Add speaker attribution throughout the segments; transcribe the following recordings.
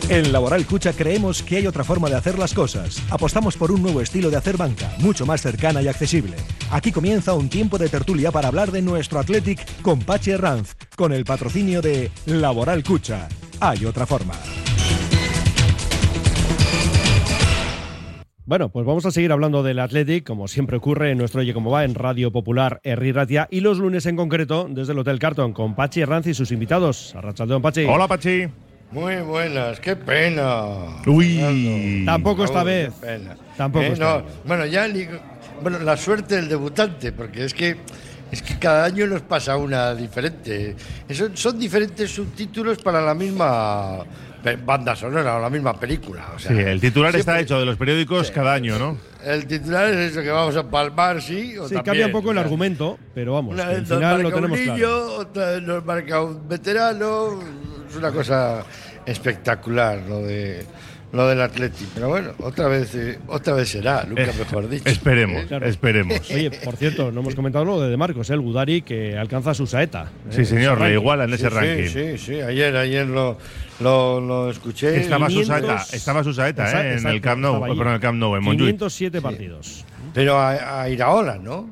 Speaker 1: En Laboral Cucha creemos que hay otra forma de hacer las cosas. Apostamos por un nuevo estilo de hacer banca, mucho más cercana y accesible. Aquí comienza un tiempo de tertulia para hablar de nuestro Athletic con Pachi Herranz, con el patrocinio de Laboral Cucha. Hay otra forma.
Speaker 2: Bueno, pues vamos a seguir hablando del Athletic, como siempre ocurre en nuestro Oye Cómo Va, en Radio Popular Herri Ratia, y los lunes en concreto desde el Hotel Carton, con Pachi Herranz y sus invitados. Arratsaldeon, Pachi.
Speaker 3: Hola, Pachi.
Speaker 4: Muy buenas, qué pena.
Speaker 3: Uy.
Speaker 4: Fernando.
Speaker 2: Tampoco esta vez.
Speaker 4: Qué pena.
Speaker 2: Tampoco esta vez.
Speaker 4: Bueno, la suerte del debutante, porque es que cada año nos pasa una diferente. Son diferentes subtítulos para la misma banda sonora o la misma película. O sea,
Speaker 3: Sí, el titular
Speaker 4: siempre
Speaker 3: está hecho de los periódicos cada año, ¿no?
Speaker 4: El titular es eso, que vamos a palmar, sí. O
Speaker 2: Sí,
Speaker 4: también,
Speaker 2: cambia un poco el
Speaker 4: o sea,
Speaker 2: argumento, pero vamos,
Speaker 4: Una
Speaker 2: que al
Speaker 4: vez nos
Speaker 2: final lo
Speaker 4: marca
Speaker 2: tenemos
Speaker 4: un niño,
Speaker 2: claro.
Speaker 4: otra vez nos marca un veterano. Es una cosa espectacular lo del Athletic. Pero bueno, otra vez será, nunca mejor dicho.
Speaker 3: Esperemos,
Speaker 2: Claro.
Speaker 3: esperemos.
Speaker 2: Oye, por cierto, no hemos comentado lo de Marcos, el Gudari, que alcanza su saeta.
Speaker 3: Sí, señor, le iguala en ese ranking.
Speaker 4: Sí, ayer lo escuché.
Speaker 3: Estaba
Speaker 2: 500.
Speaker 3: su saeta,
Speaker 2: Exacto,
Speaker 3: en el Camp Nou,
Speaker 2: estaba allí.
Speaker 3: en el Camp Nou, en Montjuïc.
Speaker 2: 507 partidos.
Speaker 4: Pero a Iraola, ¿no?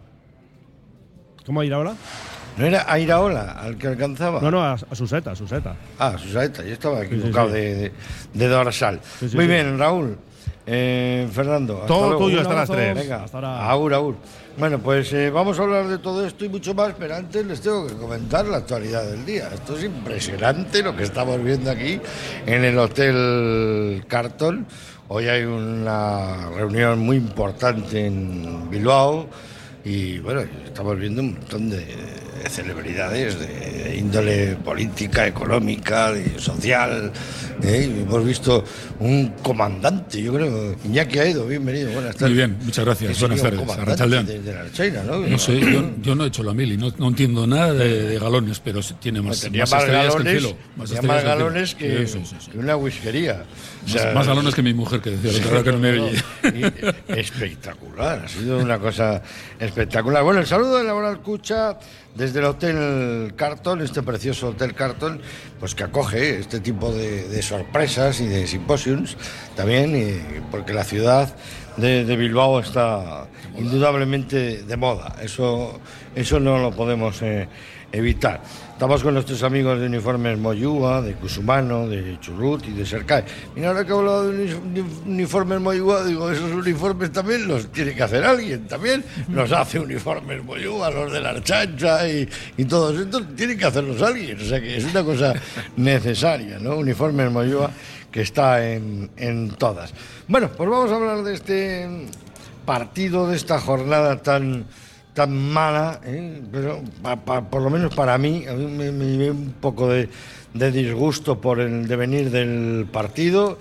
Speaker 2: ¿Cómo ir ahora?
Speaker 4: ¿No era a Iraola al que alcanzaba?
Speaker 2: No, a su seta.
Speaker 4: Ah, Susaeta, yo estaba equivocado
Speaker 2: sí.
Speaker 4: de dorsal.
Speaker 2: Sí,
Speaker 4: Muy
Speaker 2: sí.
Speaker 4: bien, Raúl. Fernando. hasta
Speaker 3: Todo
Speaker 4: luego.
Speaker 3: tuyo
Speaker 4: Un
Speaker 3: hasta las
Speaker 4: abrazo.
Speaker 3: 3.
Speaker 4: Venga,
Speaker 2: Hasta ahora.
Speaker 4: agur. Bueno, pues vamos a hablar de todo esto y mucho más, pero antes les tengo que comentar la actualidad del día. Esto es impresionante lo que estamos viendo aquí en el Hotel Carton. Hoy hay una reunión muy importante en Bilbao y bueno, estamos viendo un montón de celebridades de índole política, económica, social. Hemos visto un comandante, yo creo, Iñaki Aedo, bienvenido, buenas tardes.
Speaker 5: Muy bien, muchas gracias,
Speaker 4: Que
Speaker 5: buenas
Speaker 4: sería un
Speaker 5: tardes.
Speaker 4: comandante
Speaker 5: Arratsaldeon.
Speaker 4: de la Archaina, ¿no?
Speaker 5: No sé, yo no he hecho la mili, no entiendo nada de galones, pero tiene más,
Speaker 4: Tenía
Speaker 5: más
Speaker 4: más
Speaker 5: estrellas que el
Speaker 4: galones,
Speaker 5: cielo.
Speaker 4: tenía más galones que,
Speaker 5: Sí.
Speaker 4: que una whiskería. O sea,
Speaker 5: Más galones que mi mujer, que decía, lo que no me oye.
Speaker 4: Espectacular, ha sido una cosa espectacular. Bueno, el saludo de Laboral Cucha desde el Hotel Carton, este precioso Hotel Carton, pues que acoge este tipo de sorpresas y de simposiums también, porque la ciudad de Bilbao está indudablemente de moda. Eso no lo podemos evitar. Estamos con nuestros amigos de Uniformes Moyúa, de Cusumano, de Churrut y de Sercae. Mira, ahora que he hablado de Uniformes Moyúa, digo, esos uniformes también los tiene que hacer alguien, también los hace Uniformes Moyúa, los de la Archancha y todos estos, tienen que hacerlos alguien, o sea que es una cosa necesaria, ¿no? Uniformes Moyúa, que está en todas. Bueno, pues vamos a hablar de este partido, de esta jornada tan mala, pero por lo menos para mí, a mí me dio un poco de disgusto por el devenir del partido.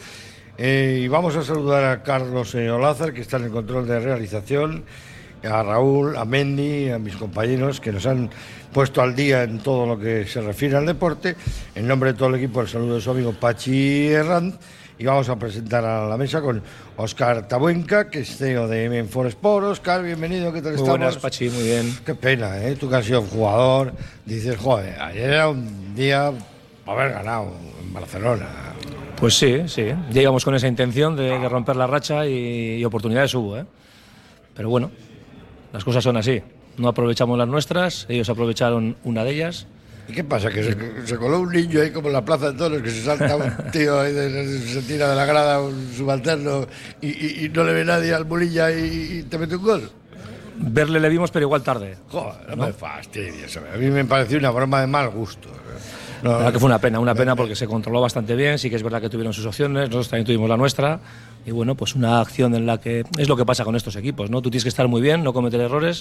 Speaker 4: Y vamos a saludar a Carlos Olázar, que está en el control de realización, a Raúl, a Mendy, a mis compañeros que nos han puesto al día en todo lo que se refiere al deporte. En nombre de todo el equipo, el saludo de su amigo Pachi Herranz. Y vamos a presentar a la mesa con Óscar Tabuenca, que es CEO de M4 Sport. Óscar, bienvenido, ¿qué tal estamos?
Speaker 6: Muy buenas, Pachi, muy bien.
Speaker 4: Qué pena, tú que has sido jugador, dices, joder, ayer era un día para haber ganado en Barcelona.
Speaker 6: Pues sí, ya íbamos con esa intención de romper la racha y oportunidades hubo, Pero bueno, las cosas son así. No aprovechamos las nuestras, ellos aprovecharon una de ellas.
Speaker 4: ¿Y qué pasa? Que se coló un niño ahí como en la Plaza de Toros, que se salta un tío ahí, se tira de la grada, un subalterno, y no le ve nadie al Mulilla y te mete un gol.
Speaker 6: Verle le vimos, pero igual tarde.
Speaker 4: Joder, no me fastidies. A mí me pareció una broma de mal gusto.
Speaker 6: La verdad que fue una pena porque se controló bastante bien, sí que es verdad que tuvieron sus opciones, nosotros también tuvimos la nuestra, y bueno, pues una acción en la que es lo que pasa con estos equipos, ¿no? Tú tienes que estar muy bien, no cometer errores,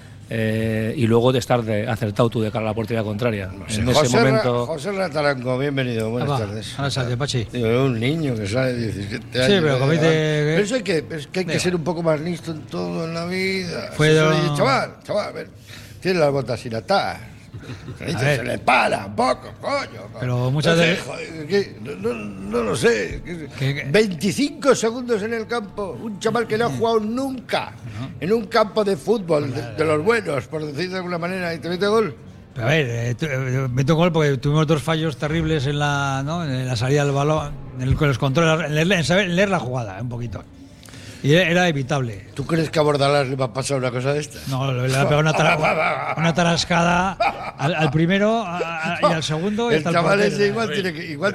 Speaker 6: y luego de estar acertado tú de cara a la portería contraria.
Speaker 4: No sé,
Speaker 6: en ese momento.
Speaker 4: José Rataranco, bienvenido, buenas tardes.
Speaker 7: Ahora sale, Pachi.
Speaker 4: Digo, un niño que sale de 17 años.
Speaker 7: Sí, pero comiste.
Speaker 4: Pero eso hay que ser un poco más listo en todo en la vida.
Speaker 7: Fue
Speaker 4: Eso
Speaker 7: de-
Speaker 4: le dice, chaval, a ver, tiene las botas sin atar. Se le para un poco, coño.
Speaker 7: Pero muchas
Speaker 4: no sé,
Speaker 7: veces-
Speaker 4: joder, no lo sé.
Speaker 7: ¿Qué?
Speaker 4: 25 segundos en el campo. Un chaval que no ha jugado nunca en un campo de fútbol, de los buenos, por decir de alguna manera, y te mete gol.
Speaker 7: Pero a ver, meto gol porque tuvimos 2 fallos terribles en la salida del balón, con los controles, en leer la jugada un poquito. Y era evitable.
Speaker 4: ¿Tú crees que a Bordalás le va a pasar una cosa de esta?
Speaker 7: No, le va a pegar una tarascada al primero y al segundo.
Speaker 4: El chaval ese igual tiene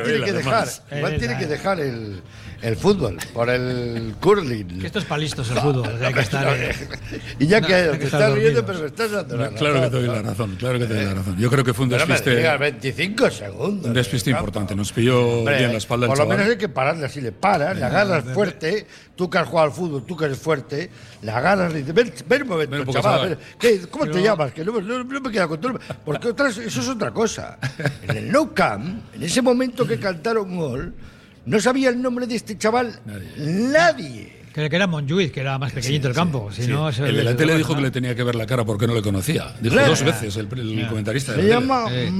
Speaker 4: que dejar el fútbol por el curling.
Speaker 7: Que esto es para listos el fútbol. O sea, hay que estar,
Speaker 4: y ya que te estás riendo, pero me estás dando la razón.
Speaker 5: Claro que te doy la razón, Yo creo que fue un despiste.
Speaker 4: 25 segundos.
Speaker 5: Un despiste importante. Nos pilló bien la espalda el
Speaker 4: chaval. Por lo menos hay que pararle así. Le paras, le agarras fuerte. Tú que has jugado al fútbol, tú que eres fuerte, le agarras y dices, ven un momento, chaval. ¿Cómo te llamas? Que no me queda con todo. Porque eso es otra cosa. En el Nou Camp, en ese momento que cantaron gol, no sabía el nombre de este chaval nadie.
Speaker 7: Que era Montjuïc, que era más pequeñito el campo. Si no,
Speaker 5: el de la tele dijo que le tenía que ver la cara porque no le conocía. Dijo 2 veces el comentarista.
Speaker 4: Se llama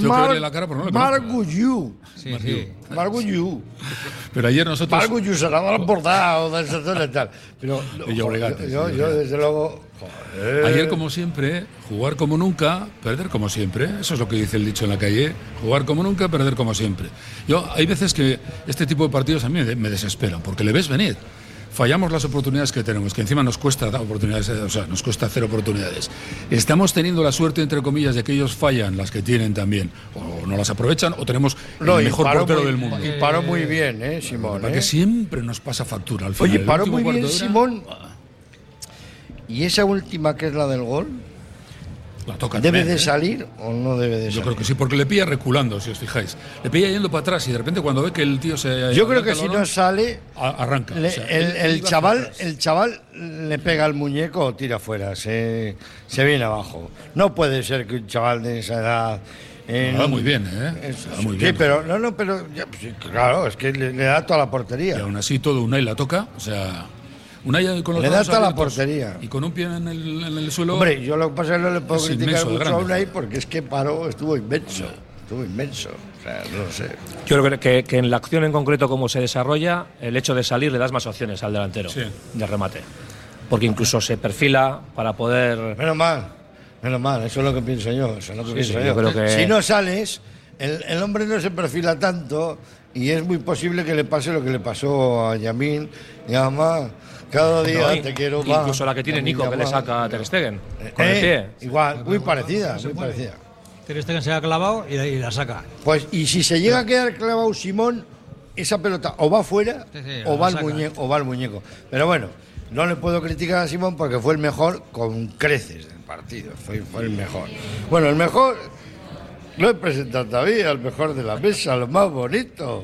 Speaker 4: Margullú.
Speaker 5: Margullú. Pero ayer nosotros...
Speaker 4: Margullú se la van bordado de esa zona y tal. Pero yo desde luego... Joder.
Speaker 5: Ayer, como siempre, jugar como nunca, perder como siempre. Eso es lo que dice el dicho en la calle. Jugar como nunca, perder como siempre. Hay veces que este tipo de partidos a mí me desesperan porque le ves venir. Fallamos las oportunidades que tenemos, que encima nos cuesta oportunidades, nos cuesta hacer oportunidades. Estamos teniendo la suerte, entre comillas, de que ellos fallan las que tienen también, o no las aprovechan, o tenemos el mejor portero del mundo.
Speaker 4: Y paró muy bien, Simón.
Speaker 5: Porque siempre nos pasa factura al final.
Speaker 4: Oye, paró muy bien Simón. ¿Y esa última, que es la del gol?
Speaker 5: La toca
Speaker 4: ¿Debe
Speaker 5: también,
Speaker 4: de salir o no debe de salir?
Speaker 5: Yo creo que sí, porque le pilla reculando, si os fijáis. Le pilla yendo para atrás y de repente cuando ve que el tío se...
Speaker 4: Yo creo que si no sale...
Speaker 5: Arranca.
Speaker 4: El chaval le pega al muñeco o tira fuera, se viene abajo. No puede ser que un chaval de esa edad...
Speaker 5: va muy bien, muy bien.
Speaker 4: Sí, pero claro, es que le da toda la portería.
Speaker 5: Y aún así todo Unai la toca, o sea... Unai con los
Speaker 4: le da toda la portería.
Speaker 5: Y con un pie en el suelo...
Speaker 4: Hombre, yo lo que pasa es que no le puedo criticar mucho a Unai porque es que paró, estuvo inmenso. O sea, no sé.
Speaker 6: Yo creo que en la acción en concreto, como se desarrolla, el hecho de salir le das más opciones al delantero de remate. Porque incluso se perfila para poder...
Speaker 4: Menos mal, eso es lo que pienso yo.
Speaker 6: Yo creo que...
Speaker 4: Si no sales, el hombre no se perfila tanto y es muy posible que le pase lo que le pasó a Yamín y además... Cada día te quiero más.
Speaker 6: Incluso la que tiene Nico, que le saca a Ter Stegen con el pie.
Speaker 4: Igual, muy parecida.
Speaker 7: Ter Stegen se ha clavado y la saca.
Speaker 4: Pues, y si se llega a quedar clavado Simón, esa pelota o va fuera o va al muñeco. Pero bueno, no le puedo criticar a Simón porque fue el mejor con creces del partido. Fue el mejor. Bueno, el mejor... Lo he presentado todavía, el mejor de la mesa, lo más bonito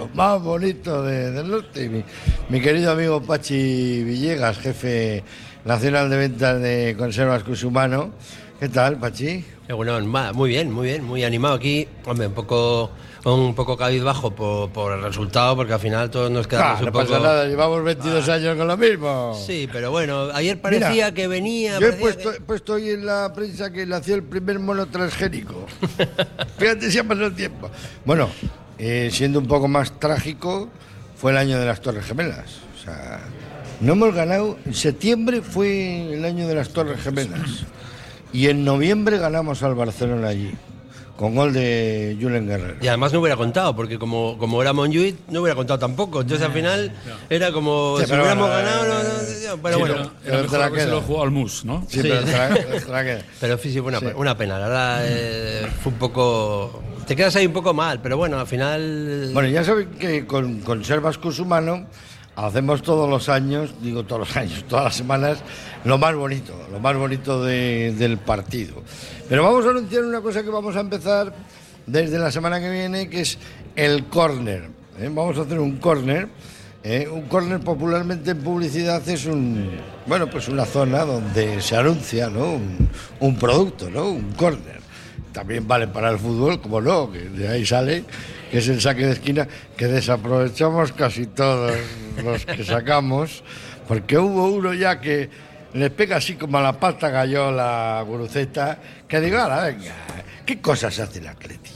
Speaker 4: del norte. Mi querido amigo Pachi Villegas, jefe nacional de ventas de Conservas Cusumano. ¿Qué tal, Pachi?
Speaker 8: Bueno, muy bien, muy animado aquí. Hombre, un poco cabizbajo por el resultado, porque al final todos nos quedamos un poco...
Speaker 4: No pasa nada, llevamos 22 años con lo mismo.
Speaker 8: Sí, pero bueno, ayer parecía que venía...
Speaker 4: Yo he puesto hoy en la prensa que nació el primer mono transgénico. Fíjate si ha pasado el tiempo. Bueno, siendo un poco más trágico, fue el año de las Torres Gemelas. O sea, no hemos ganado... En septiembre fue el año de las Torres Gemelas. Y en noviembre ganamos al Barcelona allí, con gol de Julen Guerrero.
Speaker 8: Y además no hubiera contado, porque como era Montjuïc, no hubiera contado tampoco. Entonces al final era como si hubiéramos ganado... Pero bueno.
Speaker 5: Era mejor haberse lo jugado al mus, ¿no?
Speaker 4: Sí, pero te la queda.
Speaker 8: Pero sí, una pena, la verdad. Fue un poco... Te quedas ahí un poco mal, pero bueno, al final...
Speaker 4: Bueno, ya saben que con Conservas Cusumano hacemos todos los años, todas las semanas, lo más bonito del partido. Pero vamos a anunciar una cosa que vamos a empezar desde la semana que viene, que es el córner. Vamos a hacer un córner. Un córner popularmente en publicidad es una zona donde se anuncia, ¿no? un producto, ¿no? Un córner. También vale para el fútbol, como no, que de ahí sale, que es el saque de esquina, que desaprovechamos casi todos los que sacamos, porque hubo uno ya que le pega así como a la pasta gallola, Guruceta, que digo, ahora venga, ¿qué cosas hace el Atleti?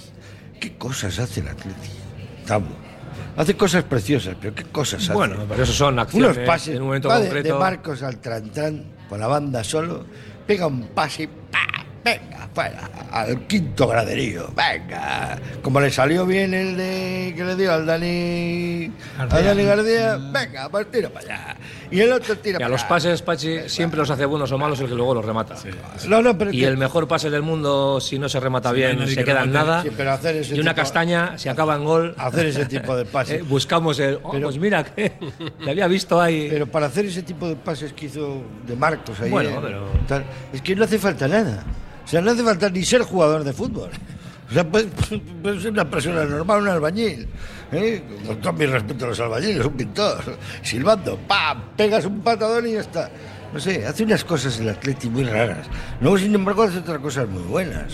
Speaker 4: Hace cosas preciosas, pero ¿qué cosas hace?
Speaker 6: Bueno, pero eso son acciones.
Speaker 4: Unos pases
Speaker 6: en un momento concreto.
Speaker 4: de Marcos al Trantán, con la banda solo, pega un pase, ¡pah! venga, fuera, al quinto graderío, venga. Como le salió bien el de que le dio al Dani García, venga, pues tira para allá. Y el otro tira
Speaker 6: Y
Speaker 4: para
Speaker 6: a los
Speaker 4: allá.
Speaker 6: pases, Pachi, siempre los hace buenos o malos el que luego los remata.
Speaker 4: No, pero
Speaker 6: Y el mejor pase del mundo, si no se remata bien,
Speaker 5: nadie
Speaker 6: se
Speaker 5: que
Speaker 6: queda en
Speaker 5: remate.
Speaker 6: nada.
Speaker 4: Sí, pero hacer ese
Speaker 6: Y una
Speaker 4: tipo-
Speaker 6: castaña se acaba en gol.
Speaker 4: hacer ese tipo de pases.
Speaker 6: Buscamos el.
Speaker 4: Pero-
Speaker 6: pues mira, que le había visto ahí.
Speaker 4: Pero para hacer ese tipo de pases que hizo de Marcos ahí,
Speaker 6: Bueno, pero-
Speaker 4: tal, es que no hace falta nada. O sea, no hace falta ni ser jugador de fútbol. O sea, puedes ser una persona normal, un albañil. Con todo mi respeto a los albañiles, un pintor. Silbando, ¡pam! Pegas un patadón y ya está. No sé, hace unas cosas el Atleti muy raras. Luego, sin embargo, hace otras cosas muy buenas.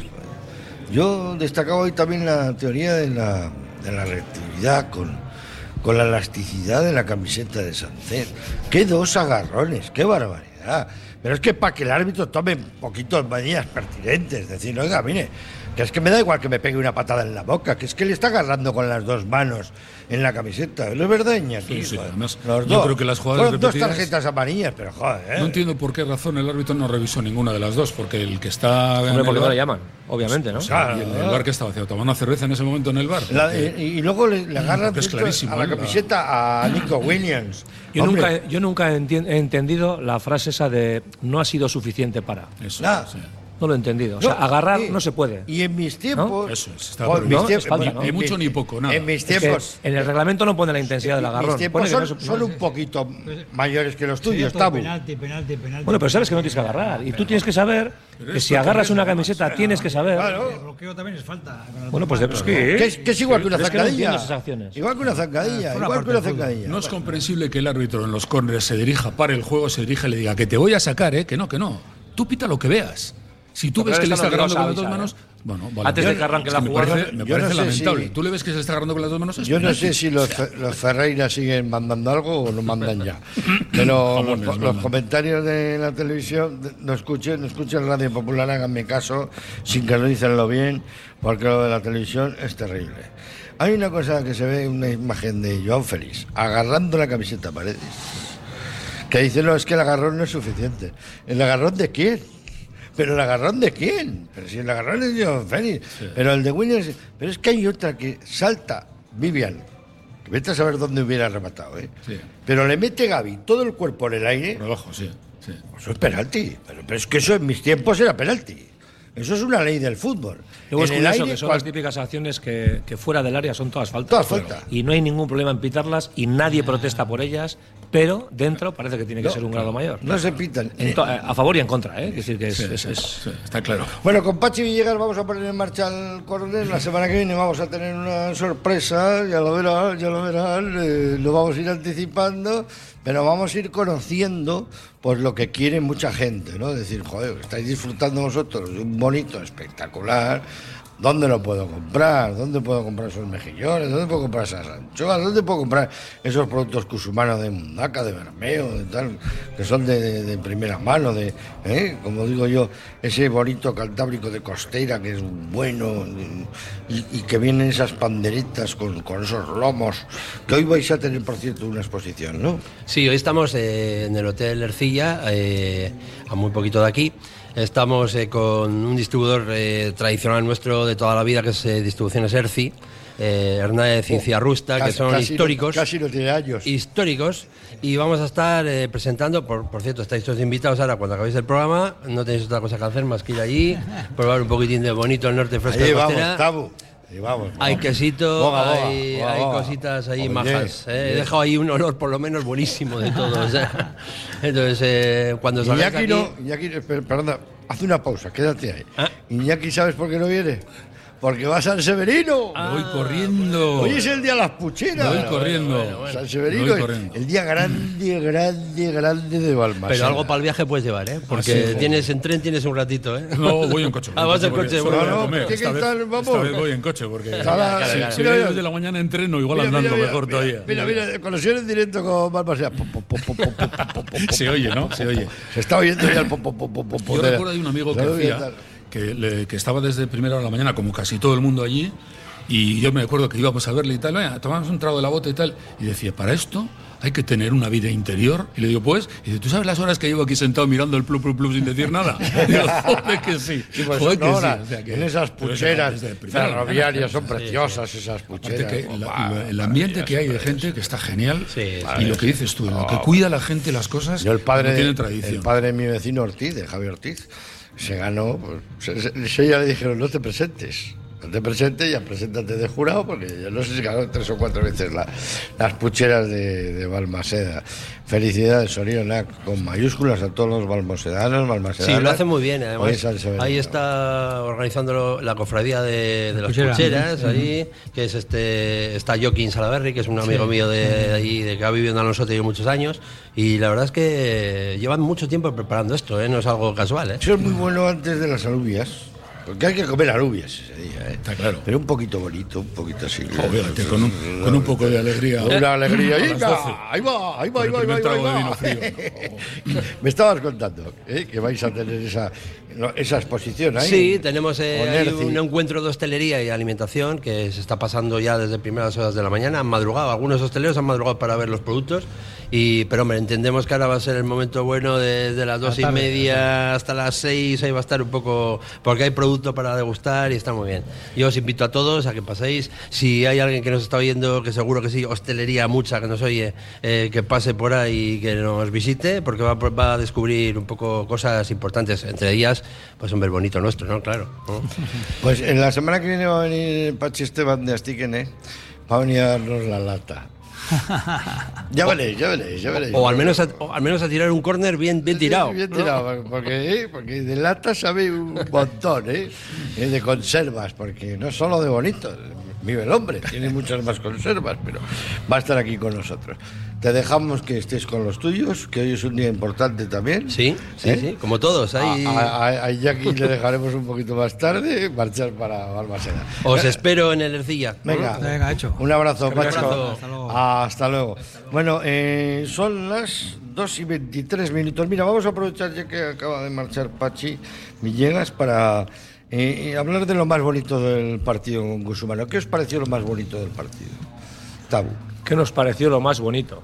Speaker 4: Yo destacaba hoy también la teoría de la reactividad con la elasticidad de la camiseta de Sánchez. ¡Qué dos agarrones! ¡Qué barbaridad! Pero es que para que el árbitro tome un poquito de medidas pertinentes, decir, oiga, mire, que es que me da igual que me pegue una patada en la boca, que es que le está agarrando con las dos manos en la camiseta. ¿No es verdad, Iñaki?
Speaker 5: Sí,
Speaker 4: Joder,
Speaker 5: además,
Speaker 4: los
Speaker 5: yo
Speaker 4: dos.
Speaker 5: creo que las jugadas
Speaker 4: Fueron dos
Speaker 5: repetidas-
Speaker 4: tarjetas amarillas, pero joder.
Speaker 5: No entiendo por qué razón el árbitro no revisó ninguna de las dos, porque el que está. en
Speaker 6: Hombre,
Speaker 5: el
Speaker 6: porque no
Speaker 5: bar-
Speaker 6: le llaman, obviamente, ¿no?
Speaker 5: O sea, y el bar que estaba haciendo, tomando una cerveza en ese momento en el bar.
Speaker 4: Y luego le agarran
Speaker 5: que es clarísimo,
Speaker 4: a la camiseta a Nico Williams.
Speaker 6: Yo
Speaker 4: Hombre,
Speaker 6: nunca he entendido la frase esa de no ha sido suficiente para.
Speaker 5: Eso,
Speaker 4: Nah.
Speaker 5: sí.
Speaker 6: No lo he entendido. O sea,
Speaker 4: no,
Speaker 6: agarrar
Speaker 4: sí.
Speaker 6: no se puede.
Speaker 4: Y en mis tiempos.
Speaker 5: Eso es, está
Speaker 4: joder,
Speaker 5: prohibido.
Speaker 6: No, es falta, ¿no?
Speaker 5: Ni mucho ni poco, nada.
Speaker 4: En mis
Speaker 6: Es que
Speaker 4: tiempos.
Speaker 6: en el reglamento no pone la intensidad del
Speaker 4: mis
Speaker 6: agarrón.
Speaker 4: tiempos
Speaker 6: Pone que
Speaker 4: son,
Speaker 6: no se-
Speaker 4: son un poquito mayores que los tuyos,
Speaker 7: Sí,
Speaker 4: Tabu.
Speaker 7: penalti.
Speaker 6: Bueno, pero sabes que no tienes que agarrar. Y tú tienes que saber que si agarras una camiseta tienes que saber.
Speaker 7: El bloqueo también es falta.
Speaker 6: Bueno, pues
Speaker 4: Que es igual que una
Speaker 6: Pero es que no
Speaker 4: zancadilla.
Speaker 6: entiendo esas acciones.
Speaker 4: Igual que una zancadilla.
Speaker 7: Fuera
Speaker 4: Igual que
Speaker 7: parte
Speaker 4: una
Speaker 7: del fútbol.
Speaker 4: zancadilla.
Speaker 5: No es comprensible que el árbitro en los córneres se dirija, pare el juego, se dirija y le diga que te voy a sacar, que no, que no. Tú pita lo que veas. Si tú
Speaker 6: Pero
Speaker 5: ves que le
Speaker 6: esta
Speaker 5: está
Speaker 6: no
Speaker 5: agarrando con las dos
Speaker 6: avisa,
Speaker 5: manos, bueno, vale.
Speaker 6: Antes de que arranque la
Speaker 5: me
Speaker 6: jugada,
Speaker 5: parece, me
Speaker 4: yo
Speaker 5: parece
Speaker 4: no sé
Speaker 5: lamentable.
Speaker 4: si-
Speaker 5: ¿Tú le ves que se le está agarrando con las dos manos? Es
Speaker 4: Yo no
Speaker 5: penalti.
Speaker 4: sé si los Ferreira siguen mandando algo o no mandan ya. Pero
Speaker 5: Jamones
Speaker 4: los
Speaker 5: mandan.
Speaker 4: comentarios de la televisión, no escuchen Radio Popular, háganme caso, sincronícenlo bien, porque lo de la televisión es terrible. Hay una cosa que se ve, una imagen de Joan Félix, agarrando la camiseta a Paredes, que dice, no, es que el agarrón no es suficiente. ¿El agarrón de quién? ¿Pero el agarrón de quién? Pero si el agarrón es de Joan Félix. Pero el de Williams... Pero es que hay otra que salta, Vivian, que vete a saber dónde hubiera rematado, ¿eh?
Speaker 5: Sí.
Speaker 4: Pero le mete Gavi todo el cuerpo en el aire.
Speaker 5: Por abajo, sí. sí.
Speaker 4: Eso es penalti. Pero es que eso en mis tiempos era penalti. Eso es una ley del fútbol.
Speaker 6: Luego es
Speaker 4: En el
Speaker 6: curioso
Speaker 4: aire,
Speaker 6: que son
Speaker 4: cual-
Speaker 6: las típicas acciones que fuera del área son todas faltas.
Speaker 4: Todas faltas.
Speaker 6: Y no hay ningún problema en pitarlas y nadie protesta por ellas, pero dentro parece que tiene que ser un grado mayor.
Speaker 4: No se pitan.
Speaker 6: A favor y en contra, ¿eh? Es decir, que es,
Speaker 5: Sí, está claro.
Speaker 4: Bueno, con Pachi Villegas vamos a poner en marcha el córner. La semana que viene vamos a tener una sorpresa, ya lo verán, lo vamos a ir anticipando, pero vamos a ir conociendo pues lo que quiere mucha gente, ¿no? Decir, joder, estáis disfrutando vosotros de un bonito espectacular. ¿Dónde lo puedo comprar? ¿Dónde puedo comprar esos mejillones? ¿Dónde puedo comprar esas anchoas? ¿Dónde puedo comprar esos productos cusumanos de Mundaca, de Bermeo, de tal, que son de primera mano, como digo yo, ese bonito cantábrico de Costeira que es bueno y que vienen esas panderetas con esos lomos, que hoy vais a tener, por cierto, una exposición, ¿no?
Speaker 8: Sí, hoy estamos en el Hotel Ercilla, a muy poquito de aquí. Estamos con un distribuidor tradicional nuestro de toda la vida, que es Distribuciones Erci, Hernández Cinciarrusta, que son históricos.
Speaker 4: Casi no tiene años.
Speaker 8: Históricos. Y vamos a estar presentando, por cierto, estáis todos invitados ahora cuando acabéis el programa. No tenéis otra cosa que hacer más que ir allí, probar un poquitín de bonito el norte fresco
Speaker 4: Ahí
Speaker 8: de
Speaker 4: vamos,
Speaker 8: Costera.
Speaker 4: Tabu. Ahí vamos.
Speaker 8: Hay quesito,
Speaker 4: Boga,
Speaker 8: hay cositas ahí
Speaker 4: Oye,
Speaker 8: majas. He dejado ahí un olor por lo menos buenísimo de todo. O sea. Entonces, cuando salgáis de aquí...
Speaker 4: Iñaki, perdona, haz una pausa, quédate ahí.
Speaker 8: ¿Ah?
Speaker 4: Iñaki, ¿sabes por qué no viene? Porque va a San Severino.
Speaker 5: Me voy corriendo.
Speaker 4: Hoy es el día de las pucheras.
Speaker 5: Me voy corriendo.
Speaker 4: San
Speaker 5: Me
Speaker 4: Severino,
Speaker 5: voy corriendo.
Speaker 4: el día grande de Balmaseda.
Speaker 8: Pero algo para el viaje puedes llevar, ¿eh? Porque tienes en tren tienes un ratito, ¿eh?
Speaker 5: No, voy en coche.
Speaker 8: Ah, vas en coche,
Speaker 5: Voy
Speaker 8: bueno,
Speaker 5: a
Speaker 4: no,
Speaker 5: comer.
Speaker 4: ¿qué
Speaker 5: Esta vez-
Speaker 4: tal? Vamos.
Speaker 5: esta vez voy en coche porque
Speaker 4: Claro,
Speaker 5: si
Speaker 4: mira,
Speaker 5: voy desde la mañana entreno, igual andando mejor todavía.
Speaker 4: Mira, conexión en directo con Balmaseda.
Speaker 5: Se oye, ¿no? Se oye.
Speaker 4: Se está oyendo ya el
Speaker 5: Yo recuerdo de un amigo que hacía que estaba desde primera hora de la mañana, como casi todo el mundo allí, Y yo me acuerdo que íbamos a verle y tal, venga, tomamos un trago de la bota y tal, y decía, para esto hay que tener una vida interior. Y le digo, pues, y dice, ¿tú sabes las horas que llevo aquí sentado mirando el plum plum plum sin decir nada? Y digo, joder que sí,
Speaker 4: pues
Speaker 5: joder que sí.
Speaker 4: O
Speaker 5: sea, que,
Speaker 4: en esas pucheras ferroviarias son preciosas esas pucheras.
Speaker 5: Que el ambiente que hay de gente que está genial, y lo que dices tú, lo que cuida la gente las cosas,
Speaker 4: yo el padre,
Speaker 5: no tiene tradición.
Speaker 4: El padre de mi vecino Ortiz, de Javier Ortiz, se ganó, pues, ya le dijeron, no te presentes. No te presentes, ya preséntate de jurado, porque yo no sé si ganó 3 o 4 veces las pucheras de Balmaseda. Felicidades, Sorionac, con mayúsculas a todos los balmasedanos.
Speaker 8: Sí, lo hace muy bien, además. Ahí está organizando la cofradía de las pucheras, ahí, que es está Joaquín Salaverry, que es un amigo mío de ahí, de que ha vivido en Alonsote y muchos años, y la verdad es que llevan mucho tiempo preparando esto, no es algo casual.
Speaker 4: Eso es muy bueno antes de las alubias. Porque hay que comer alubias ese día,
Speaker 5: Está claro.
Speaker 4: Pero un poquito bonito, un poquito así.
Speaker 5: Obviamente, con un poco de alegría.
Speaker 4: Una alegría.
Speaker 5: Ahí va.
Speaker 4: Me estabas contando que vais a tener esa exposición ahí.
Speaker 8: Sí, tenemos hay un encuentro de hostelería y alimentación que se está pasando ya desde primeras horas de la mañana. Han madrugado, algunos hosteleros han madrugado para ver los productos. Pero hombre, entendemos que ahora va a ser el momento bueno de las 2:30 hasta las 6. Ahí va a estar un poco, porque hay producto para degustar y está muy bien. Yo os invito a todos a que paséis. Si hay alguien que nos está oyendo, que seguro que sí, hostelería mucha que nos oye, que pase por ahí y que nos visite, porque va a descubrir un poco cosas importantes, entre ellas pues un ver bonito nuestro, ¿no? Claro, ¿no?
Speaker 4: Pues en la semana que viene va a venir Pachi Esteban de Astiquene, va a venir a darnos la lata. Ya veréis.
Speaker 8: O al menos a tirar un córner bien tirado.
Speaker 4: Bien tirado, porque de lata sabe un montón, de conservas, porque no solo de bonito, vive el hombre, tiene muchas más conservas, pero va a estar aquí con nosotros. Te dejamos que estés con los tuyos, que hoy es un día importante también.
Speaker 8: Sí, como todos.
Speaker 4: A Jackie le dejaremos un poquito más tarde marchar para Balmaseda.
Speaker 8: Os espero en el Ercilla.
Speaker 4: Venga, hecho. Un abrazo, Pacho. Hasta luego. Bueno, son las 2:23. Mira, vamos a aprovechar ya que acaba de marchar Pachi Villegas para hablar de lo más bonito del partido con Gusumano. ¿Qué os pareció lo más bonito del partido? Tabu.
Speaker 6: ¿Qué nos pareció lo más bonito?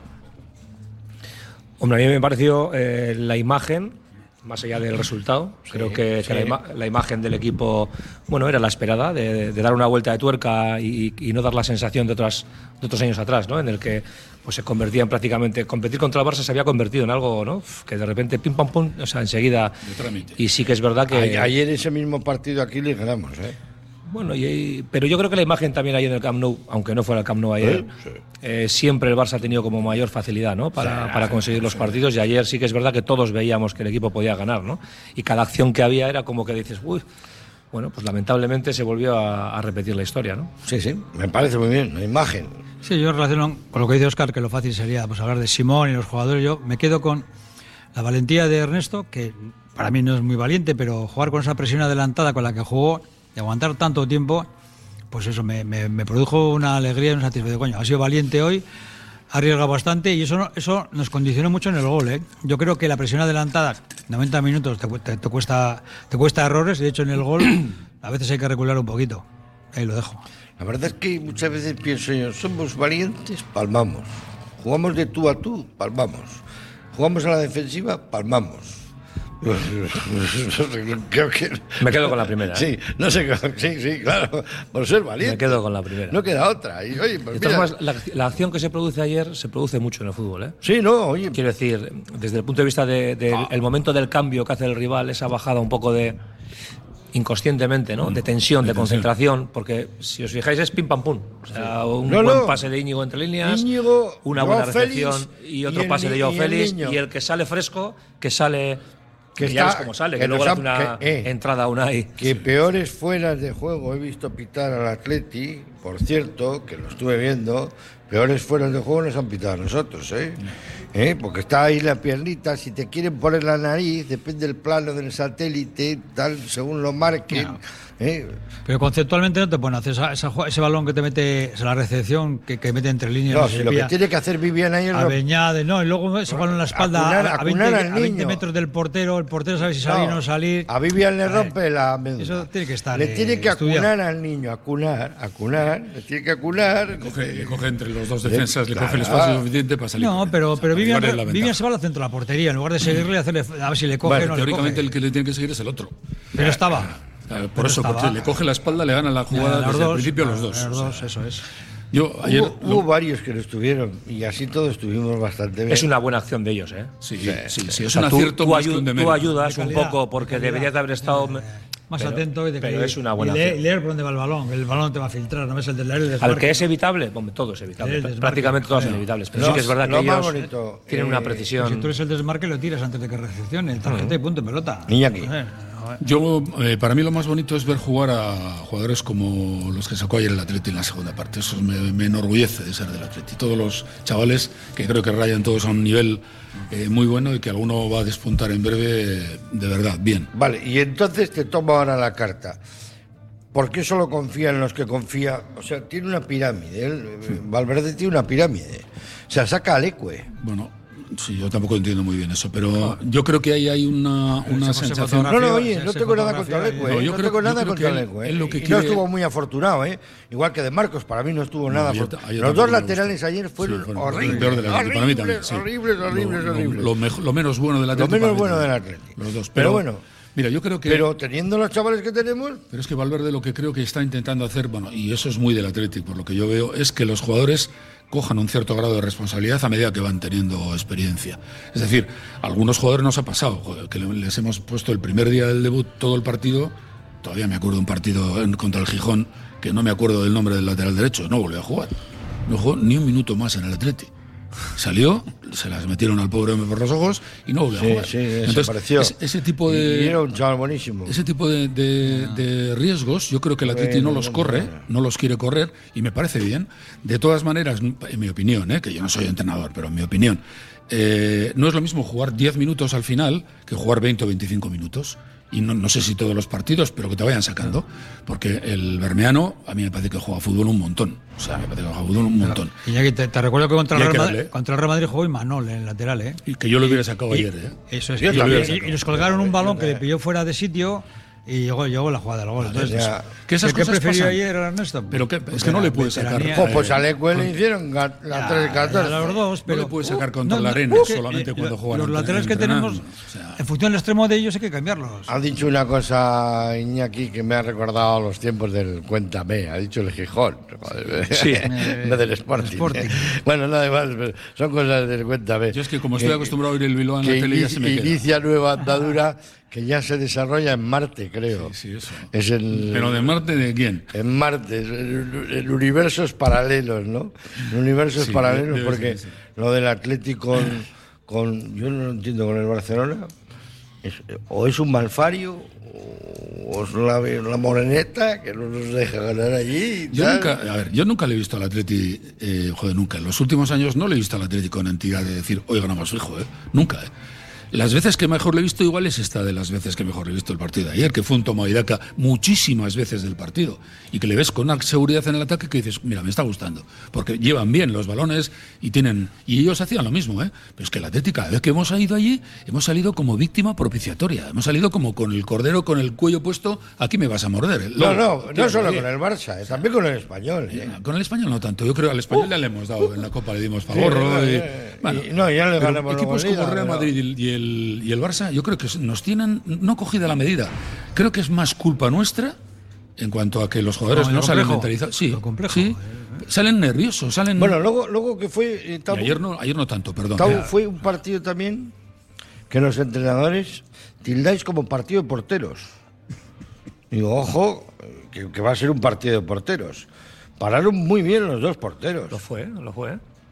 Speaker 6: Hombre, a mí me pareció la imagen, más allá del resultado. Creo que la imagen del equipo, bueno, era la esperada, de dar una vuelta de tuerca y no dar la sensación de otros años atrás, ¿no? En el que pues se convertía en prácticamente, competir contra el Barça se había convertido en algo, ¿no? Que de repente pim pam pum, o sea, enseguida. Y sí que es verdad que
Speaker 4: ayer ese mismo partido aquí le ganamos,
Speaker 6: Bueno, pero yo creo que la imagen también ahí en el Camp Nou, aunque no fuera el Camp Nou ayer, siempre el Barça ha tenido como mayor facilidad, ¿no? para conseguir los partidos, y ayer sí que es verdad que todos veíamos que el equipo podía ganar, ¿no? Y cada acción que había era como que dices, uy, bueno, pues lamentablemente se volvió a repetir la historia, ¿no?
Speaker 4: Sí, me parece muy bien, la imagen.
Speaker 7: Sí, yo relaciono con lo que dice Óscar, que lo fácil sería pues hablar de Simón y los jugadores. Yo me quedo con la valentía de Ernesto, que para mí no es muy valiente, pero jugar con esa presión adelantada con la que jugó, de aguantar tanto tiempo, pues eso me produjo una alegría y una satisfacción. Coño, ha sido valiente hoy, ha arriesgado bastante, y eso nos condicionó mucho en el gol, Yo creo que la presión adelantada, 90 minutos, te cuesta errores, y de hecho en el gol a veces hay que recular un poquito. Ahí lo dejo.
Speaker 4: La verdad es que muchas veces pienso yo, somos valientes, palmamos. Jugamos de tú a tú, palmamos. Jugamos a la defensiva, palmamos. Creo que...
Speaker 6: Me quedo con la primera.
Speaker 4: Sí, no sé, sí, claro, por ser valiente.
Speaker 6: Me quedo con la primera.
Speaker 4: No queda otra. Y, oye, pues
Speaker 6: mira, la acción que se produce ayer se produce mucho en el fútbol,
Speaker 4: Sí, no, oye.
Speaker 6: Quiero decir, desde el punto de vista del momento del cambio que hace el rival, esa bajada un poco de inconscientemente, ¿no? De tensión, de concentración, porque si os fijáis es pim pam pum. O sea, un buen pase de Íñigo entre líneas, una buena recepción y otro pase de Joao Félix, y el que sale fresco, que sale... Que ya es como sale, que luego hace una entrada a Unai.
Speaker 4: Que peores fueras de juego he visto pitar al Atleti, por cierto, que lo estuve viendo, peores fueras de juego nos han pitado a nosotros, Porque está ahí la piernita, si te quieren poner la nariz, depende del plano del satélite, tal, según lo marquen.
Speaker 7: No. Pero conceptualmente no te pueden hacer ese balón que te mete, la recepción que mete entre líneas.
Speaker 4: No, si lo que tiene que hacer Vivian ahí es
Speaker 7: a Beñade, y luego ese balón en la espalda a 20 metros del portero, el portero sabe si salir o no salir.
Speaker 4: A Vivian le rompe la médula.
Speaker 7: Eso tiene que estar.
Speaker 4: Le tiene que acunar al niño, acunar, le tiene que acunar.
Speaker 5: Le coge entre los dos defensas, le coge el espacio suficiente para salir.
Speaker 7: No, pero Vivian se va al centro de la portería, en lugar de seguirle, a ver si le coge o no.
Speaker 5: Teóricamente el que le tiene que seguir es el otro.
Speaker 7: Pero estaba.
Speaker 5: Por eso, porque le coge la espalda, le gana la jugada desde el principio a los dos.
Speaker 7: Los dos, eso es.
Speaker 4: Hubo varios que lo estuvieron y así todos estuvimos bastante bien.
Speaker 6: Es una buena acción de ellos, ¿eh?
Speaker 5: Sí, es un acierto.
Speaker 6: Tú ayudas un poco porque deberías de haber estado
Speaker 7: más atento
Speaker 6: pero es una buena
Speaker 7: acción. Y leer por dónde va el balón te va a filtrar, no es el del desmarque.
Speaker 6: Al que es evitable, todo es evitable. Prácticamente todos son evitables, pero sí que es verdad que ellos tienen una precisión.
Speaker 7: Si tú eres el desmarque, lo tiras antes de que recepcione, tarjeta y punto, pelota.
Speaker 4: Iñaki.
Speaker 5: Para mí lo más bonito es ver jugar a jugadores como los que sacó ayer el Atleti en la segunda parte. Eso me enorgullece de ser del Atleti. Todos los chavales que creo que rayan todos a un nivel muy bueno y que alguno va a despuntar en breve de verdad, bien.
Speaker 4: Vale, y entonces te tomo ahora la carta. ¿Por qué solo confía en los que confía? O sea, tiene una pirámide. Valverde tiene una pirámide. O sea, saca al Ecue.
Speaker 5: Bueno, sí, yo tampoco entiendo muy bien eso, pero yo creo que ahí hay una sensación.
Speaker 4: No tengo nada contra el Ecue. No tengo nada contra el Ecue. No estuvo muy afortunado, igual que De Marcos, para mí no estuvo nada afortunado. Los dos laterales ayer fueron horribles.
Speaker 5: Para mí también, sí.
Speaker 4: Horribles.
Speaker 5: Lo menos bueno del Atlético.
Speaker 4: Lo menos bueno del Atlético.
Speaker 5: Los dos.
Speaker 4: Pero bueno.
Speaker 5: Mira, yo creo que.
Speaker 4: Pero teniendo los chavales que tenemos.
Speaker 5: Pero es que Valverde lo que creo que está intentando hacer, y eso es muy del Atlético, por lo que yo veo, es que los jugadores cojan un cierto grado de responsabilidad a medida que van teniendo experiencia. Es decir, a algunos jugadores nos ha pasado, que les hemos puesto el primer día del debut todo el partido. Todavía me acuerdo de un partido contra el Gijón, que no me acuerdo del nombre del lateral derecho, no volvió a jugar. No jugó ni un minuto más en el Atlético. Salió, se las metieron al pobre hombre por los ojos y no volvió a jugar.
Speaker 4: Sí, entonces,
Speaker 5: ese tipo de.
Speaker 4: Y era un chaval buenísimo.
Speaker 5: Ese tipo de riesgos, no creo que el Atleti no los corre, no los quiere correr, y me parece bien. De todas maneras, en mi opinión, que yo no soy entrenador, pero en mi opinión, no es lo mismo jugar 10 minutos al final que jugar 20 o 25 minutos. Y no sé si todos los partidos, pero que te vayan sacando. Porque el bermeano, a mí me parece que juega fútbol un montón. O sea, me parece que juega fútbol un montón.
Speaker 7: Y ya que te recuerdo que contra el Real Madrid jugó Imanol en el lateral,
Speaker 5: Y que yo lo hubiera sacado ayer,
Speaker 7: Eso es. Y nos colgaron un balón que le pilló fuera de sitio. Y llegó la jugada del gol. Entonces,
Speaker 5: que esas cosas
Speaker 7: prefirió ayer Ernesto?
Speaker 5: Pero es que no le puede sacar.
Speaker 4: Pues a Lecue le hicieron la 3-14.
Speaker 7: A los dos, pero
Speaker 5: no le puede sacar contra la arena solamente cuando juegan.
Speaker 7: Los laterales que tenemos, en función del extremo de ellos, hay que cambiarlos.
Speaker 4: Ha dicho una cosa, Iñaki, que me ha recordado los tiempos del Cuéntame. Ha dicho el Gijón.
Speaker 6: Sí.
Speaker 4: No del Sporting. Bueno, nada más, pero son cosas del Cuéntame.
Speaker 5: Yo es que como estoy acostumbrado a oír el Bilbao en la tele, ya se me queda.
Speaker 4: Inicia nueva andadura que ya se desarrolla en Marte, creo.
Speaker 5: Sí, eso.
Speaker 4: ¿Pero
Speaker 5: de Marte de quién?
Speaker 4: En Marte, en universos paralelos, ¿no? En universos paralelos, porque lo del Atlético yo no lo entiendo, con el Barcelona, o es un malfario, o es la moreneta que no nos deja ganar allí.
Speaker 5: Yo nunca le he visto al Atleti, nunca. En los últimos años no le he visto al Atleti con entidad de decir, hoy ganamos fijo, nunca, Las veces que mejor le he visto igual es esta de las veces que mejor le he visto el partido de ayer, que fue un toma y daca muchísimas veces del partido y que le ves con una seguridad en el ataque que dices, mira, me está gustando, porque llevan bien los balones y ellos hacían lo mismo, Pero es que el Atlético, cada vez que hemos ido allí, hemos salido como víctima propiciatoria, hemos salido como con el cordero con el cuello puesto, aquí me vas a morder.
Speaker 4: No solo con el Barça, también con el Español.
Speaker 5: Con el Español no tanto, yo creo que al Español ya le hemos dado, en la Copa le dimos favorro.
Speaker 4: Ya le ganamos
Speaker 5: equipos como Real Madrid y el Barça, yo creo que nos tienen no cogida la medida. Creo que es más culpa nuestra en cuanto a que los jugadores no salen mentalizados. Sí, salen nerviosos, salen.
Speaker 4: Bueno, luego que fue.
Speaker 5: Ayer no tanto, perdón.
Speaker 4: Fue un partido también que los entrenadores tildáis como partido de porteros. Digo, ojo, que va a ser un partido de porteros. Pararon muy bien los dos porteros.
Speaker 6: Lo fue.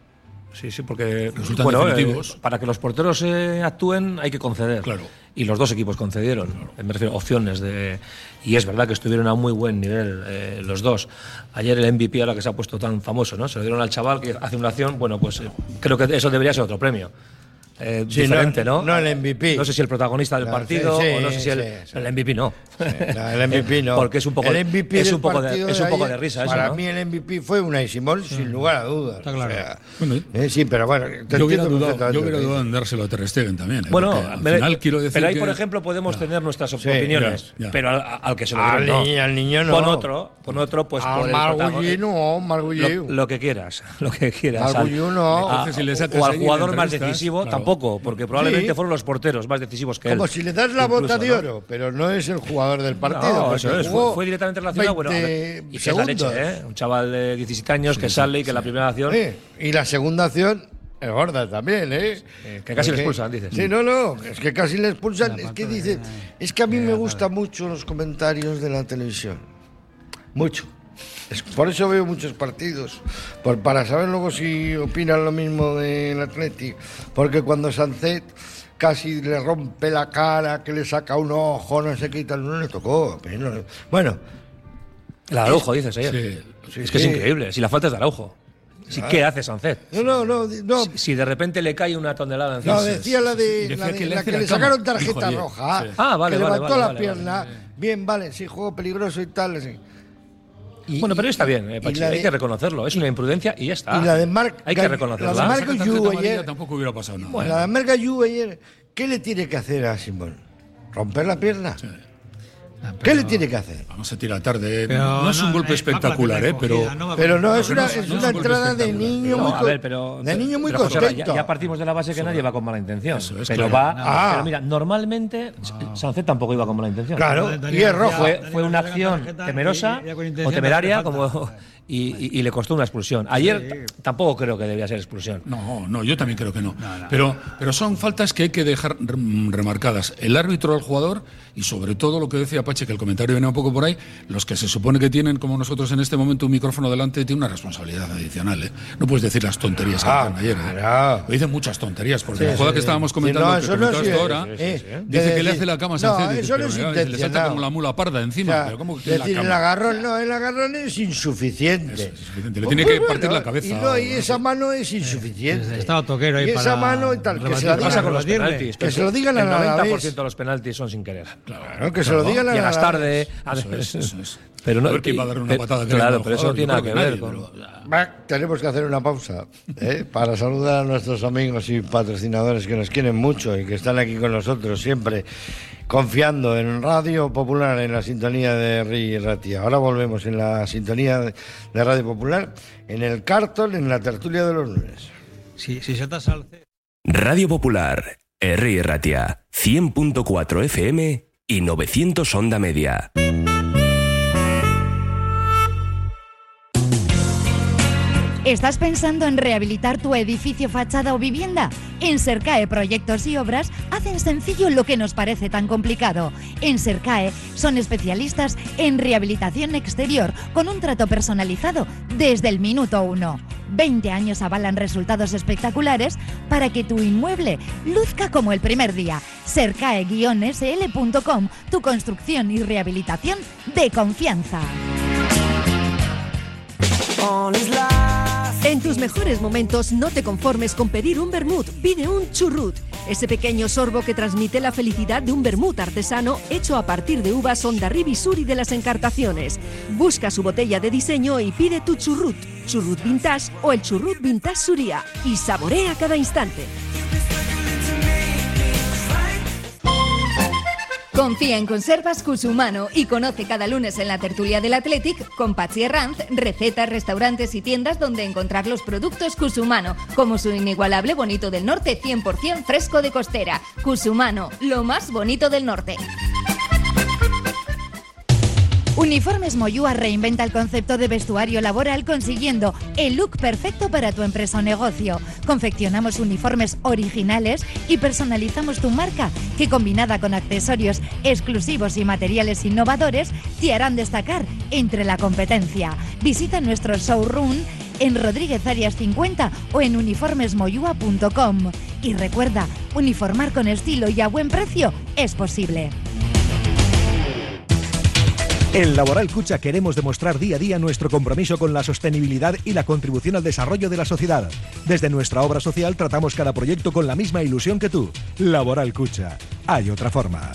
Speaker 6: Sí, porque
Speaker 5: resultan definitivos.
Speaker 6: Para que los porteros actúen hay que conceder.
Speaker 5: Claro.
Speaker 6: Y los dos equipos concedieron, me refiero, opciones y es verdad que estuvieron a muy buen nivel los dos. Ayer el MVP, ahora que se ha puesto tan famoso, ¿no? Se lo dieron al chaval que hace una acción, bueno, pues creo que eso debería ser otro premio. Diferente, ¿no?
Speaker 4: No el MVP.
Speaker 6: No sé si el protagonista del partido o no sé si el MVP no.
Speaker 4: El MVP no.
Speaker 6: Porque es un poco,
Speaker 4: el MVP
Speaker 6: es un poco de risa
Speaker 4: para
Speaker 6: eso, ¿no?
Speaker 4: mí el MVP fue Unai Simón, sin lugar a dudas.
Speaker 7: Está claro.
Speaker 4: O sea,
Speaker 5: Bueno,
Speaker 4: sí, pero bueno,
Speaker 5: yo hubiera dudado en dárselo a Ter Stegen también.
Speaker 6: Bueno,
Speaker 5: al final quiero decir
Speaker 6: pero ahí,
Speaker 5: que,
Speaker 6: por ejemplo, podemos tener nuestras opiniones.
Speaker 5: ya.
Speaker 6: Pero al que se lo dieron, no.
Speaker 4: Al niño no.
Speaker 6: Con otro, pues por el
Speaker 4: Margullino.
Speaker 6: lo que quieras.
Speaker 4: Margullino no.
Speaker 5: Entonces, si le sacas
Speaker 6: O al
Speaker 5: ahí en
Speaker 6: jugador más
Speaker 5: entrevistas,
Speaker 6: decisivo,
Speaker 5: claro.
Speaker 6: tampoco, porque probablemente fueron los porteros más decisivos que él.
Speaker 4: Como si le das la
Speaker 6: Incluso,
Speaker 4: bota de
Speaker 6: ¿no?
Speaker 4: oro, pero no es el jugador del partido.
Speaker 6: No,
Speaker 4: porque
Speaker 6: eso es.
Speaker 4: jugó
Speaker 6: Fue directamente relacionado. Bueno, a ver, y que es la leche,
Speaker 4: segundos.
Speaker 6: Un chaval de 17 años que sale y que la primera acción.
Speaker 4: Y la segunda acción es gorda también,
Speaker 6: que casi le expulsan, dices.
Speaker 4: Sí, no, es que casi le expulsan. Es que dice, es que a mí me gustan mucho los comentarios de la televisión. Mucho. Por eso veo muchos partidos, para saber luego si opinan lo mismo del Athletic. Porque cuando Sancet casi le rompe la cara, que le saca un ojo, no sé qué y tal, no le tocó. Pero no, bueno.
Speaker 6: El Araujo, dices ayer.
Speaker 4: Sí,
Speaker 6: es que es increíble. Si la falta es de Araujo. ¿Qué hace Sancet?
Speaker 4: No.
Speaker 6: Si de repente le cae una tonelada encima.
Speaker 4: No, decía la que le sacaron tarjeta roja.
Speaker 6: Vale.
Speaker 4: Que levantó la pierna. Bien, vale, sí, juego peligroso y tal. Sí.
Speaker 6: Bueno, pero está bien, Pachi, hay que reconocerlo. Es una imprudencia y ya está.
Speaker 4: Y la de Marc,
Speaker 6: hay que reconocerla.
Speaker 4: La de Marc Yu ayer
Speaker 5: tampoco hubiera pasado nada.
Speaker 4: Bueno, la de Marc Yu ayer, ¿qué le tiene que hacer a Simón? ¿Romper la pierna?
Speaker 5: Sí.
Speaker 4: ¿Qué le tiene que hacer?
Speaker 5: Vamos a tirar tarde. No es un golpe espectacular,
Speaker 4: pero no, es una entrada de niño muy contento.
Speaker 6: Ya partimos de la base que nadie va con mala intención.
Speaker 5: Pero
Speaker 6: pero mira, normalmente Sancet tampoco iba con mala intención.
Speaker 4: Claro, y es rojo.
Speaker 6: Fue una acción temerosa o temeraria y le costó una expulsión. Ayer tampoco creo que debía ser expulsión.
Speaker 5: No, yo también creo que no. Pero son faltas que hay que dejar remarcadas. El árbitro al jugador y sobre todo lo que decía Pache, que el comentario viene un poco por ahí, los que se supone que tienen, como nosotros en este momento, un micrófono delante, tienen una responsabilidad adicional. No puedes decir las tonterías que hacen ayer.
Speaker 4: Claro.
Speaker 5: Dicen muchas tonterías, porque la jugada que estábamos comentando, que comentaste ahora, dice que le hace la cama a Sancet,
Speaker 4: eso no es intencionado.
Speaker 5: le salta como la mula parda encima. Pero ¿cómo que
Speaker 4: decir, el agarrón es insuficiente.
Speaker 5: Le tiene que partir la cabeza.
Speaker 4: Y esa mano es insuficiente.
Speaker 7: Estaba Toquero ahí.
Speaker 4: Y esa mano y tal. Que se lo
Speaker 6: pasa con los penaltis.
Speaker 4: Que se lo digan a la vez.
Speaker 6: El 90% de los penaltis son sin querer.
Speaker 4: Claro, que se lo digan a la vez.
Speaker 6: Llegas tarde.
Speaker 5: Eso es.
Speaker 6: Pero no,
Speaker 5: a ver quién va a darle una patada.
Speaker 6: Claro, pero eso no tiene nada que ver.
Speaker 4: Tenemos que hacer una pausa para saludar a nuestros amigos y patrocinadores que nos quieren mucho y que están aquí con nosotros siempre, confiando en Radio Popular, en la sintonía de Herri Ratia. Ahora volvemos en la sintonía de Radio Popular, en el Cartón, en la tertulia de los lunes.
Speaker 7: Si se te salce.
Speaker 9: Radio Popular, Herri Ratia, 100.4 FM y 900 onda media.
Speaker 10: ¿Estás pensando en rehabilitar tu edificio, fachada o vivienda? En Sercae Proyectos y Obras hacen sencillo lo que nos parece tan complicado. En Sercae son especialistas en rehabilitación exterior con un trato personalizado desde el minuto 1. 20 años avalan resultados espectaculares para que tu inmueble luzca como el primer día. Sercae-sl.com, tu construcción y rehabilitación de confianza.
Speaker 11: En tus mejores momentos no te conformes con pedir un vermut, pide un churrut. Ese pequeño sorbo que transmite la felicidad de un vermut artesano hecho a partir de uvas Ondarribi Suri de las Encartaciones. Busca su botella de diseño y pide tu churrut, churrut vintage o el churrut vintage Suria y saborea cada instante.
Speaker 10: Confía en Conservas Cusumano y conoce cada lunes en la tertulia del Athletic con Pachi Herranz recetas, restaurantes y tiendas donde encontrar los productos Cusumano, como su inigualable bonito del norte 100% fresco de costera. Cusumano, lo más bonito del norte. Uniformes Moyúa reinventa el concepto de vestuario laboral consiguiendo el look perfecto para tu empresa o negocio. Confeccionamos uniformes originales y personalizamos tu marca, que combinada con accesorios exclusivos y materiales innovadores te harán destacar entre la competencia. Visita nuestro showroom en Rodríguez Arias 50 o en uniformesmoyua.com. Y recuerda, uniformar con estilo y a buen precio es posible.
Speaker 1: En Laboral Cucha queremos demostrar día a día nuestro compromiso con la sostenibilidad y la contribución al desarrollo de la sociedad. Desde nuestra obra social tratamos cada proyecto con la misma ilusión que tú. Laboral Cucha. Hay otra forma.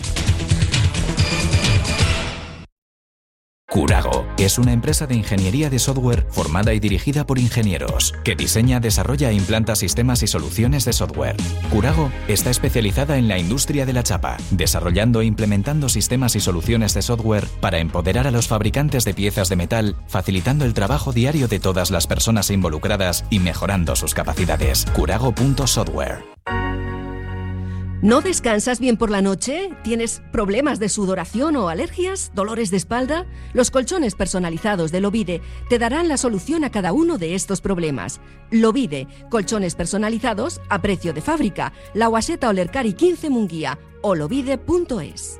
Speaker 12: Curago es una empresa de ingeniería de software formada y dirigida por ingenieros, que diseña, desarrolla e implanta sistemas y soluciones de software. Curago está especializada en la industria de la chapa, desarrollando e implementando sistemas y soluciones de software para empoderar a los fabricantes de piezas de metal, facilitando el trabajo diario de todas las personas involucradas y mejorando sus capacidades. Curago.software.
Speaker 11: ¿No descansas bien por la noche? ¿Tienes problemas de sudoración o alergias? ¿Dolores de espalda? Los colchones personalizados de Lovide te darán la solución a cada uno de estos problemas. Lovide, colchones personalizados a precio de fábrica. La Guaseta Olercari 15 Munguía o lovide.es.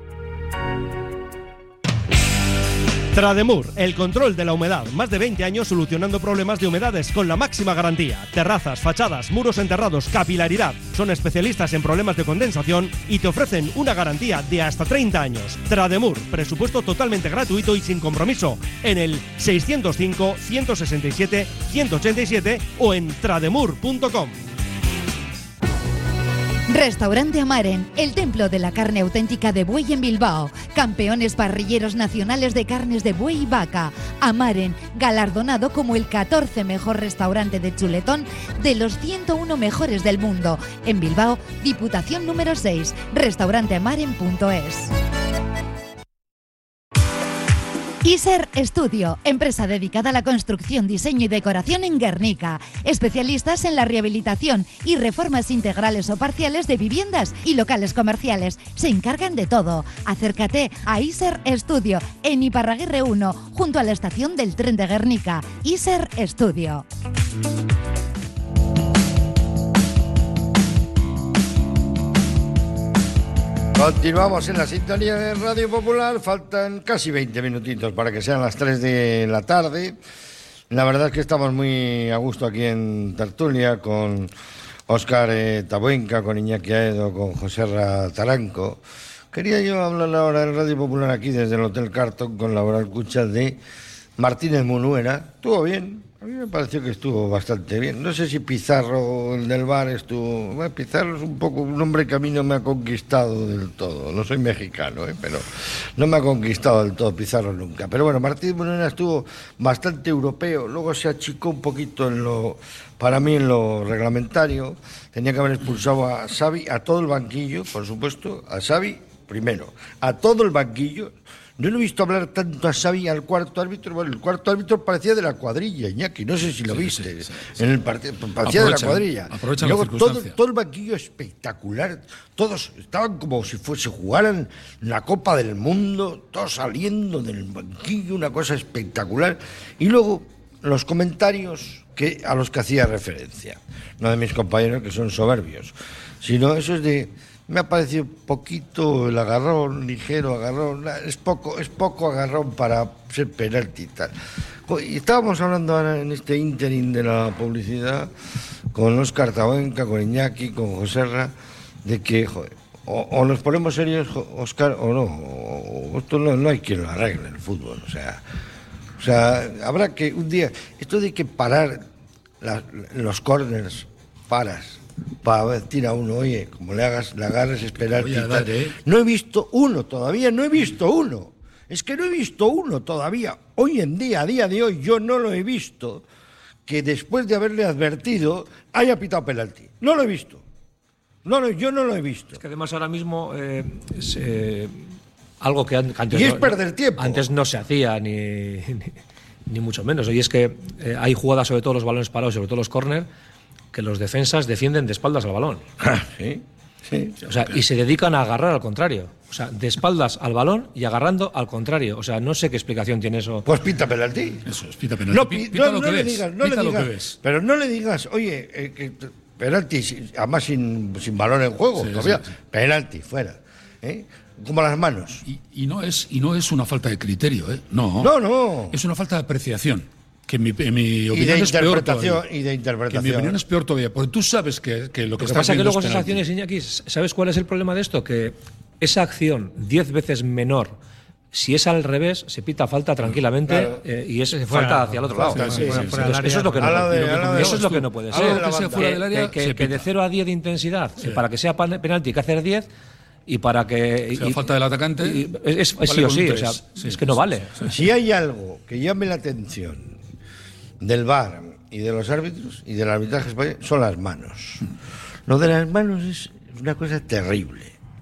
Speaker 2: Trademur, el control de la humedad. Más de 20 años solucionando problemas de humedades con la máxima garantía. Terrazas, fachadas, muros enterrados, capilaridad. Son especialistas en problemas de condensación y te ofrecen una garantía de hasta 30 años. Trademur, presupuesto totalmente gratuito y sin compromiso. En el 605-167-187 o en trademur.com.
Speaker 10: Restaurante Amaren, el templo de la carne auténtica de buey en Bilbao. Campeones parrilleros nacionales de carnes de buey y vaca. Amaren, galardonado como el 14 mejor restaurante de chuletón de los 101 mejores del mundo. En Bilbao, Diputación número 6, restauranteamaren.es. Iser Estudio, empresa dedicada a la construcción, diseño y decoración en Guernica. Especialistas en la rehabilitación y reformas integrales o parciales de viviendas y locales comerciales. Se encargan de todo. Acércate a Iser Estudio en Iparraguirre 1, junto a la estación del tren de Guernica. Iser Estudio.
Speaker 4: Continuamos en la sintonía de Radio Popular. Faltan casi 20 minutitos para que sean las 3 de la tarde. La verdad es que estamos muy a gusto aquí en tertulia con Óscar Tabuenca, con Iñaki Aedo, con José Taranco. Quería yo hablar ahora en Radio Popular aquí desde el Hotel Carton con Laboral Cucha de Martínez Munuera. Estuvo bien. A mí me pareció que estuvo bastante bien. No sé si Pizarro, el del bar, estuvo... Bueno, Pizarro es un poco un hombre que a mí no me ha conquistado del todo. No soy mexicano, pero no me ha conquistado del todo Pizarro nunca. Pero bueno, Martínez Munuera estuvo bastante europeo. Luego se achicó un poquito para mí en lo reglamentario. Tenía que haber expulsado a Xavi, a todo el banquillo, por supuesto. A Xavi primero. A todo el banquillo. No lo he visto hablar tanto a Xavi al cuarto árbitro. Bueno, el cuarto árbitro parecía de la cuadrilla, Iñaki. No sé si lo viste. En el partido parecía de la cuadrilla.
Speaker 5: Aprovecha
Speaker 4: y luego
Speaker 5: la circunstancia.
Speaker 4: todo el banquillo espectacular. Todos estaban como si jugaran la Copa del Mundo, todos saliendo del banquillo, una cosa espectacular. Y luego los comentarios a los que hacía referencia. No de mis compañeros que son soberbios, sino eso es de... Me ha parecido poquito el agarrón, ligero agarrón, es poco agarrón para ser penalti y tal. Y estábamos hablando ahora en este ínterin de la publicidad con Óscar Tabuenca, con Iñaki, con Joserra, de que joder, o nos ponemos serios, Óscar, o no, o esto no hay quien lo arregle en el fútbol, o sea, habrá que un día, esto de que parar los corners, paras, para decir a uno, oye, como le agarres esperar. No he visto uno todavía, Es que no he visto uno todavía. Hoy en día, a día de hoy, yo no lo he visto que después de haberle advertido haya pitado penalti. No lo he visto. Yo no lo he visto.
Speaker 6: Es que además ahora mismo es algo que antes...
Speaker 4: Y es perder tiempo.
Speaker 6: Antes no se hacía ni mucho menos. Y es que hay jugadas, sobre todo los balones parados, sobre todo los córner, que los defensas defienden de espaldas al balón.
Speaker 4: Sí.
Speaker 6: O sea, y se dedican a agarrar al contrario. O sea, de espaldas al balón y agarrando al contrario. O sea, no sé qué explicación tiene eso.
Speaker 4: Pues pita penalti.
Speaker 5: Eso es, pita penalti.
Speaker 4: No le digas. Pero no le digas, oye, penalti, además sin balón en juego, todavía. Sí. Penalti, fuera. Como las manos.
Speaker 5: Y no es una falta de criterio, ¿eh? No.
Speaker 4: No.
Speaker 5: Es una falta de apreciación. Que en mi opinión
Speaker 4: y de
Speaker 5: es peor todavía.
Speaker 4: Y de interpretación.
Speaker 5: Que en mi opinión es peor todavía, porque tú sabes que lo que
Speaker 6: Lo que
Speaker 5: estás
Speaker 6: pasa es que
Speaker 5: viendo
Speaker 6: luego
Speaker 5: es
Speaker 6: esas
Speaker 5: penalti.
Speaker 6: acciones, Iñaki, ¿sabes cuál es el problema de esto? Que esa acción 10 veces menor, si es al revés, se pita falta tranquilamente, y es falta hacia el otro lado. Eso es lo que no puede ser.
Speaker 5: Algo que sea fuera del área,
Speaker 6: que de 0 a 10 de intensidad, para que sea penalti hay que hacer 10, y para que...
Speaker 5: Si falta del atacante...
Speaker 6: es sí o sí, o sea, es que no vale.
Speaker 4: Si hay algo que llame la atención del VAR y de los árbitros y del arbitraje español, son las manos. Lo de las manos es una cosa terrible.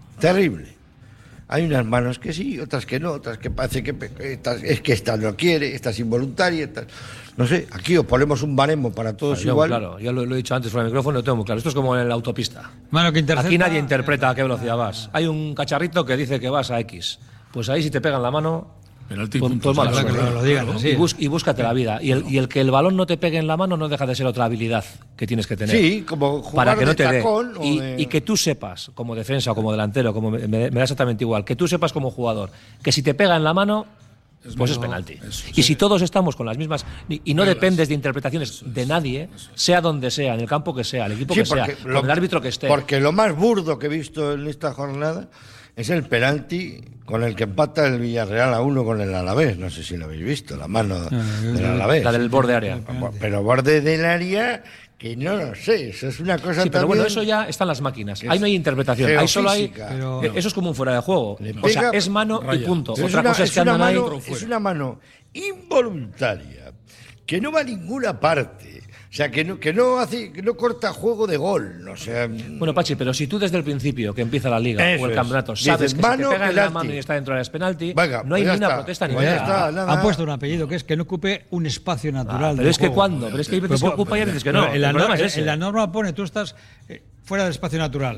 Speaker 4: Hay unas manos que sí, otras que no, otras que parece que es que esta no quiere, esta es involuntaria, esta, no sé, aquí os ponemos un baremo para todos igual.
Speaker 6: Claro, ya lo he dicho antes fuera del micrófono, lo tengo muy claro. Esto es como en la autopista.
Speaker 7: Mano que intercepta,
Speaker 6: aquí nadie interpreta a qué velocidad vas. Hay un cacharrito que dice que vas a X. Pues ahí si te pegan la mano...
Speaker 5: Penalti,
Speaker 6: pues mala suerte.
Speaker 7: lo digan, sí.
Speaker 6: Y búscate la vida. Y el que el balón no te pegue en la mano no deja de ser otra habilidad que tienes que tener.
Speaker 4: Sí, como jugar
Speaker 6: para que no
Speaker 4: de
Speaker 6: te
Speaker 4: tacón
Speaker 6: dé. Y que tú sepas, como defensa o como delantero, como me da exactamente igual, que tú sepas como jugador, que si te pega en la mano, pues es penalti. Y si todos estamos con las mismas... Y no dependes de interpretaciones de nadie, sea donde sea, en el campo que sea, el equipo que sea, con el árbitro que esté.
Speaker 4: Porque lo más burdo que he visto en esta jornada es el penalti con el que empata el Villarreal a 1 con el Alavés. No sé si lo habéis visto, la mano del Alavés.
Speaker 6: La del borde área.
Speaker 4: Pero borde del área, que no lo sé, eso es una cosa
Speaker 6: sí, pero
Speaker 4: también...
Speaker 6: bueno, eso ya están las máquinas. Ahí no hay interpretación, ahí solo hay...
Speaker 4: Pero...
Speaker 6: Eso es como un fuera de juego. O sea, es mano y punto. Otra cosa es que andan ahí...
Speaker 4: Es una mano involuntaria, que no va a ninguna parte. O sea, que no corta juego de gol. O sea,
Speaker 6: bueno, Pachi, pero si tú desde el principio que empieza la liga o el campeonato sabes que si te pega en la mano y está dentro del penalti, no hay ni una protesta ni nada.
Speaker 7: Han puesto un apellido que es que no ocupe un espacio natural.
Speaker 6: Pero es que cuando, pero es que hay veces que ocupa y hay veces que no.
Speaker 7: En la norma pone, tú estás fuera del espacio natural.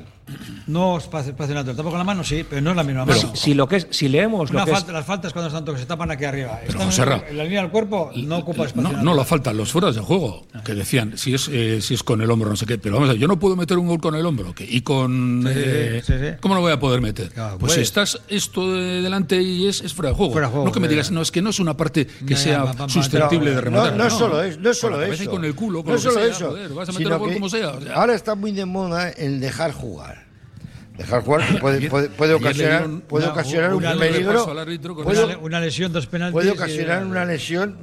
Speaker 7: No espacio natural. Tampoco con la mano, sí, pero no es la misma mano.
Speaker 6: Si leemos lo que es...
Speaker 7: Las faltas cuando están que se tapan aquí arriba.
Speaker 5: Pero,
Speaker 7: en la línea del cuerpo no ocupa espacio natural.
Speaker 5: No la falta, los fueras de juego, que decían, si es con el hombro, no sé qué, pero vamos a ver, yo no puedo meter un gol con el hombro, y con... ¿Cómo no voy a poder meter? Claro, pues si estás esto delante y es fuera de juego. No que me digas, no, es que no es una parte que sea susceptible de rematar.
Speaker 4: No es solo eso.
Speaker 5: Con el culo, con
Speaker 4: no
Speaker 5: lo que sea,
Speaker 4: eso,
Speaker 5: joder, vas a meter el gol como sea.
Speaker 4: Ahora está muy de moda el dejar jugar. Dejar jugar puede ocasionar un peligro.
Speaker 7: Una lesión, 2 penaltis.
Speaker 4: Puede ocasionar una lesión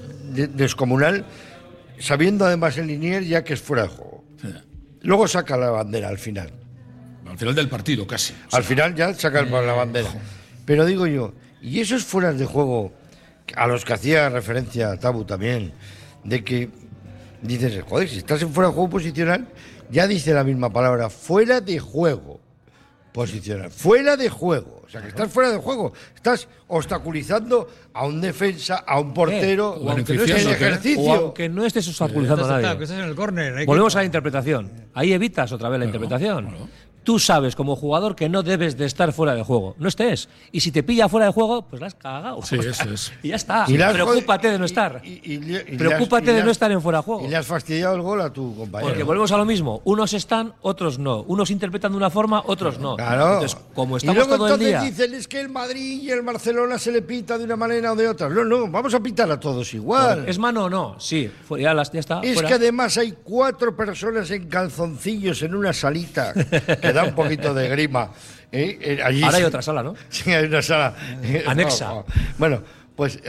Speaker 4: descomunal, sabiendo además el linier ya que es fuera de juego. Luego saca la bandera al final.
Speaker 5: Al final del partido, casi.
Speaker 4: Al final ya saca la bandera. Pero digo yo, y esos fueras de juego, a los que hacía referencia Tabu también, de que dices, joder, si estás en fuera de juego posicional, ya dice la misma palabra, fuera de juego posicional, fuera de juego. O sea, que estás fuera de juego, estás obstaculizando a un defensa, a un portero,
Speaker 6: o aunque no estés, ejercicio. O aunque no estés obstaculizando a nadie.
Speaker 7: Claro, que estás en el córner.
Speaker 6: Volvemos a la interpretación. Ahí evitas otra vez la interpretación. Tú sabes como jugador que no debes de estar fuera de juego. No estés. Y si te pilla fuera de juego, pues la has cagado.
Speaker 5: Sí, eso es.
Speaker 6: Y ya está. Preocúpate de no estar. Preocúpate de no estar en fuera de juego.
Speaker 4: Y le has fastidiado el gol a tu compañero.
Speaker 6: Porque volvemos a lo mismo. Unos están, otros no. Unos interpretan de una forma, otros no.
Speaker 4: Claro.
Speaker 6: Entonces, como estamos todo el día...
Speaker 4: dicen, es que el Madrid y el Barcelona se le pita de una manera o de otra. No, vamos a pitar a todos igual.
Speaker 6: ¿Es mano o no? Sí. Ya está.
Speaker 4: Es que además hay 4 personas en calzoncillos en una salita que da un poquito de grima. Allí
Speaker 6: ahora hay otra sala, ¿no?
Speaker 4: Sí, hay una sala
Speaker 6: anexa.
Speaker 4: Bueno, pues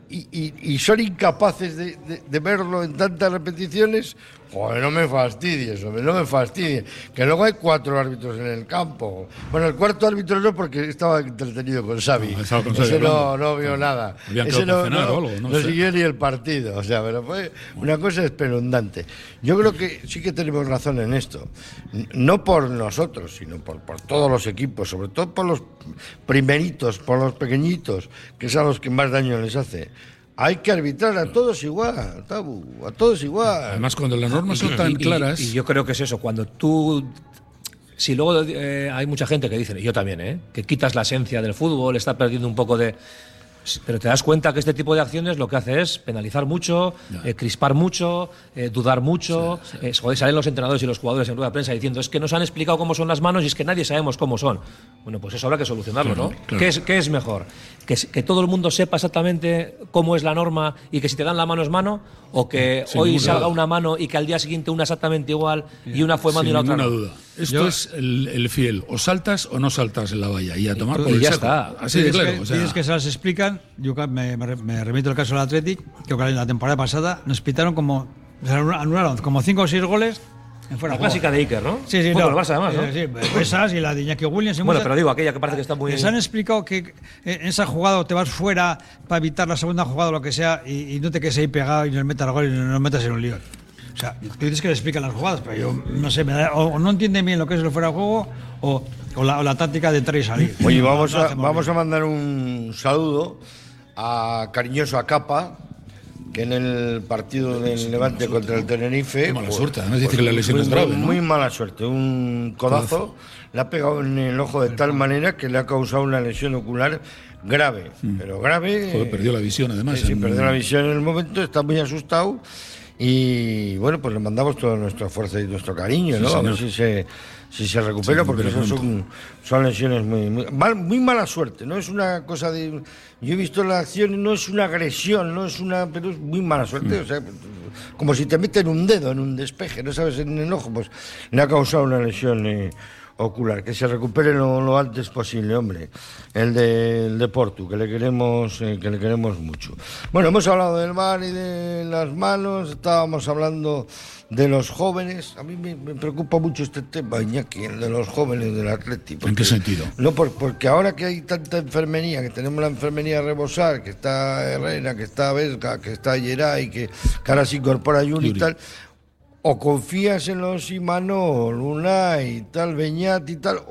Speaker 4: y son incapaces de verlo en tantas repeticiones. Joder, no me fastidies, hombre, no me fastidies. Que luego hay 4 árbitros en el campo. Bueno, el cuarto árbitro no, porque estaba entretenido con Xavi. Ese no vio nada. Ese no siguió ni el partido. O sea, pero fue una cosa espeluznante. Yo creo que sí que tenemos razón en esto. No por nosotros, sino por todos los equipos, sobre todo por los primeritos, por los pequeñitos, que son los que más daño les hace. Hay que arbitrar a todos igual, Tabu, a todos igual.
Speaker 5: Además, cuando las normas son tan claras...
Speaker 6: Y yo creo que es eso, cuando tú... Si luego hay mucha gente que dice, y yo también, que quitas la esencia del fútbol, está perdiendo un poco de... Pero te das cuenta que este tipo de acciones lo que hace es penalizar mucho, crispar mucho, dudar mucho. Salen los entrenadores y los jugadores en rueda de prensa diciendo es que nos han explicado cómo son las manos y es que nadie sabemos cómo son. Bueno, pues eso habrá que solucionarlo, ¿no? Claro. ¿Qué es mejor? ¿Que todo el mundo sepa exactamente cómo es la norma y que si te dan la mano es mano? ¿O que hoy salga una mano y que al día siguiente una exactamente igual y una fue mano y la otra no?
Speaker 5: Sin ninguna duda. Esto es el fiel. O saltas o no saltas en la valla y a tomar por el
Speaker 6: ya
Speaker 5: saco.
Speaker 6: Está.
Speaker 5: Así de claro.
Speaker 7: Dices que se las explican. Yo me remito al caso del Athletic, que la temporada pasada nos pitaron anularon como 5 o 6 goles en fuera.
Speaker 6: La clásica de Iker, ¿no?
Speaker 7: Sí,
Speaker 6: no. El Barça además, ¿no?
Speaker 7: Sí, esas y la de Iñaki Williams.
Speaker 6: Bueno, pero digo, aquella que parece que está muy...
Speaker 7: Les han explicado que en esa jugada te vas fuera para evitar la segunda jugada o lo que sea y no te quedes ahí pegado y nos metas el gol y nos metas en un lío. O sea, tú dices que le explican las jugadas, pero yo no sé, o no entienden bien lo que es el fuera de juego o la táctica de entrar y salir.
Speaker 4: Oye, vamos a mandar un saludo a cariñoso a Capa, que en el partido del Levante contra el Tenerife...
Speaker 5: Qué mala suerte, además dice que la lesión es grave, ¿no?
Speaker 4: Muy mala suerte, un codazo le ha pegado en el ojo de tal manera que le ha causado una lesión ocular grave, pero grave...
Speaker 5: Joder, perdió la visión además.
Speaker 4: Sí, perdió la visión en el momento, está muy asustado y bueno, pues le mandamos toda nuestra fuerza y nuestro cariño, ¿no? A ver si se recupera, porque esas son lesiones muy mala suerte, no es una cosa de... Yo he visto la acción y no es una agresión, pero es muy mala suerte, o sea, como si te meten un dedo en un despeje, no sabes, en el ojo, pues le ha causado una lesión ocular, que se recupere lo antes posible, hombre, el de Portu, que le queremos mucho. Bueno, hemos hablado del VAR y de las manos, estábamos hablando de los jóvenes. A mí me preocupa mucho este tema, Iñaki, el de los jóvenes del Athletic.
Speaker 5: ¿En qué sentido?
Speaker 4: No, porque ahora que hay tanta enfermería, que tenemos la enfermería a rebosar, que está Herrera, que está Vesga, que está Geray, que ahora se incorpora Yuri y tal... O confías en los Imanol, Luna y tal, Beñat y tal,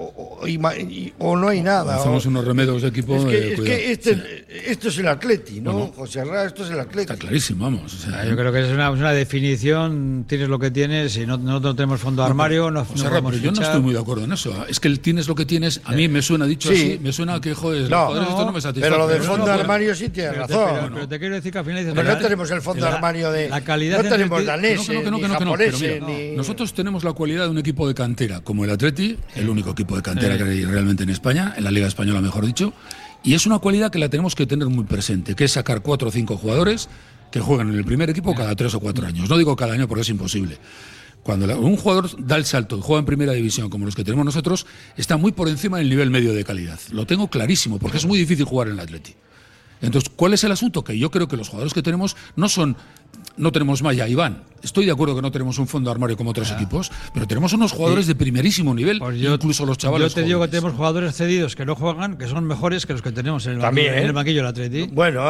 Speaker 4: o no hay nada.
Speaker 5: Hacemos unos remedios de equipo.
Speaker 4: Es que esto es el Atleti, ¿no? Bueno, José Arraiz, esto es el Atleti.
Speaker 5: Está clarísimo, vamos. O sea,
Speaker 7: yo creo que es una definición, tienes lo que tienes, y no tenemos fondo de armario,
Speaker 5: pero yo no estoy muy de acuerdo en eso. Es que tienes lo que tienes, a mí me suena dicho así, me suena que, joder, esto no me satisface.
Speaker 4: Pero lo del fondo de armario sí tienes razón.
Speaker 7: Pero te quiero decir que al final dices...
Speaker 4: Pero no tenemos el fondo de armario de...
Speaker 7: La calidad...
Speaker 4: No tenemos danés, ni japonés.
Speaker 5: Pero mira, nosotros tenemos la cualidad de un equipo de cantera como el Atleti, el único equipo de cantera que hay realmente en España, en la Liga Española mejor dicho, y es una cualidad que la tenemos que tener muy presente, que es sacar 4 o 5 jugadores que juegan en el primer equipo cada 3 o 4 años. No digo cada año porque es imposible. Cuando un jugador da el salto y juega en primera división como los que tenemos nosotros, está muy por encima del nivel medio de calidad. Lo tengo clarísimo porque es muy difícil jugar en el Atleti. Entonces, ¿cuál es el asunto? Que yo creo que los jugadores que tenemos no tenemos Maya, Iván. Estoy de acuerdo que no tenemos un fondo de armario como otros equipos, pero tenemos unos jugadores de primerísimo nivel, pues incluso los chavales.
Speaker 7: Yo te digo que tenemos jugadores cedidos que no juegan, que son mejores que los que tenemos en el banquillo del Atleti.
Speaker 4: Bueno.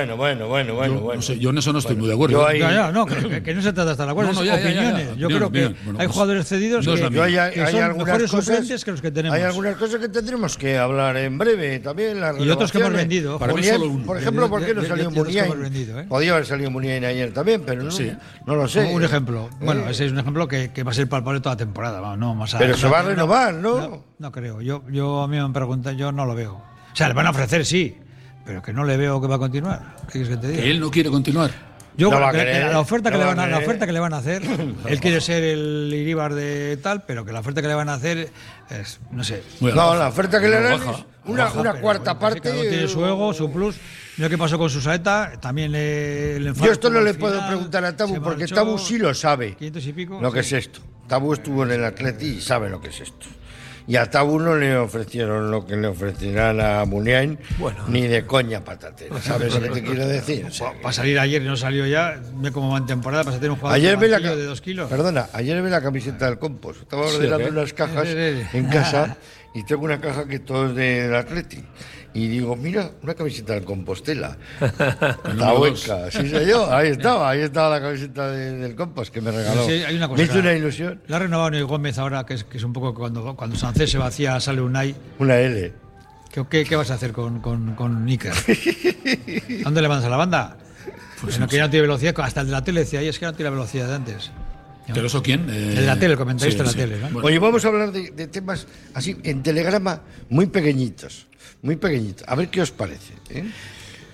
Speaker 5: No sé, yo en eso no estoy muy de acuerdo.
Speaker 7: Que no se trata de estar de acuerdo, son opiniones. Yo creo que hay jugadores cedidos que son mejores suplentes que los que tenemos.
Speaker 4: Hay algunas cosas que tendremos que hablar en breve también.
Speaker 7: Y otros que hemos vendido.
Speaker 4: Por ejemplo, ¿por qué no salió Muniain? Podía haber salido Muniain ayer también, pero no lo sé.
Speaker 7: Un ejemplo. Bueno, ese es un ejemplo que va a ser palpable toda la temporada. No, más
Speaker 4: pero se va a renovar, ¿no?
Speaker 7: No creo. Yo a mí me han preguntado, yo no lo veo. O sea, le van a ofrecer, sí, pero que no le veo que va a continuar. ¿Qué quieres que te diga?
Speaker 5: Que él no quiere continuar.
Speaker 7: Yo creo que la oferta que le van a hacer, él quiere ser el Iríbar de tal, pero que la oferta que le van a hacer es, no sé.
Speaker 4: La oferta que le dan es una cuarta parte.
Speaker 7: Cada uno tiene su ego, su plus. Mira qué pasó con Susaeta, también le
Speaker 4: Yo esto no le puedo preguntar a Tabu, porque Tabu sí lo sabe.
Speaker 7: 500 y pico.
Speaker 4: Lo que es esto. Tabu estuvo en el Atleti y sabe lo que es esto. Y a Tabu no le ofrecieron lo que le ofrecerán a Muniain, ni de coña patatera. ¿Sabes lo que te quiero decir? O sea,
Speaker 7: para salir ayer y no salió ya, ve cómo va en temporada, para tener un jugador de 2 kilos.
Speaker 4: Perdona, ayer vi la camiseta del Compost. Estaba ordenando unas cajas en casa y tengo una caja que todo es del Atleti. Y digo, mira, una camiseta del Compostela. La hueca, sí sé yo. Ahí estaba la camiseta del Compost que me regaló.
Speaker 7: Sí, hay una cosa.
Speaker 4: Me hizo una ilusión.
Speaker 7: La ha renovado Ney Gómez ahora, que es un poco cuando Sánchez se vacía, sale Unai.
Speaker 4: Una L.
Speaker 7: ¿Qué vas a hacer con Iker? ¿A dónde le mandas a la banda? Pues que no tiene velocidad. Hasta el de la tele decía, es que no tiene la velocidad de antes.
Speaker 5: ¿Pero eso quién?
Speaker 7: El de la tele, el comentarista de la tele, ¿no?
Speaker 4: Oye, vamos a hablar de temas así, en telegrama, muy pequeñitos. A ver qué os parece.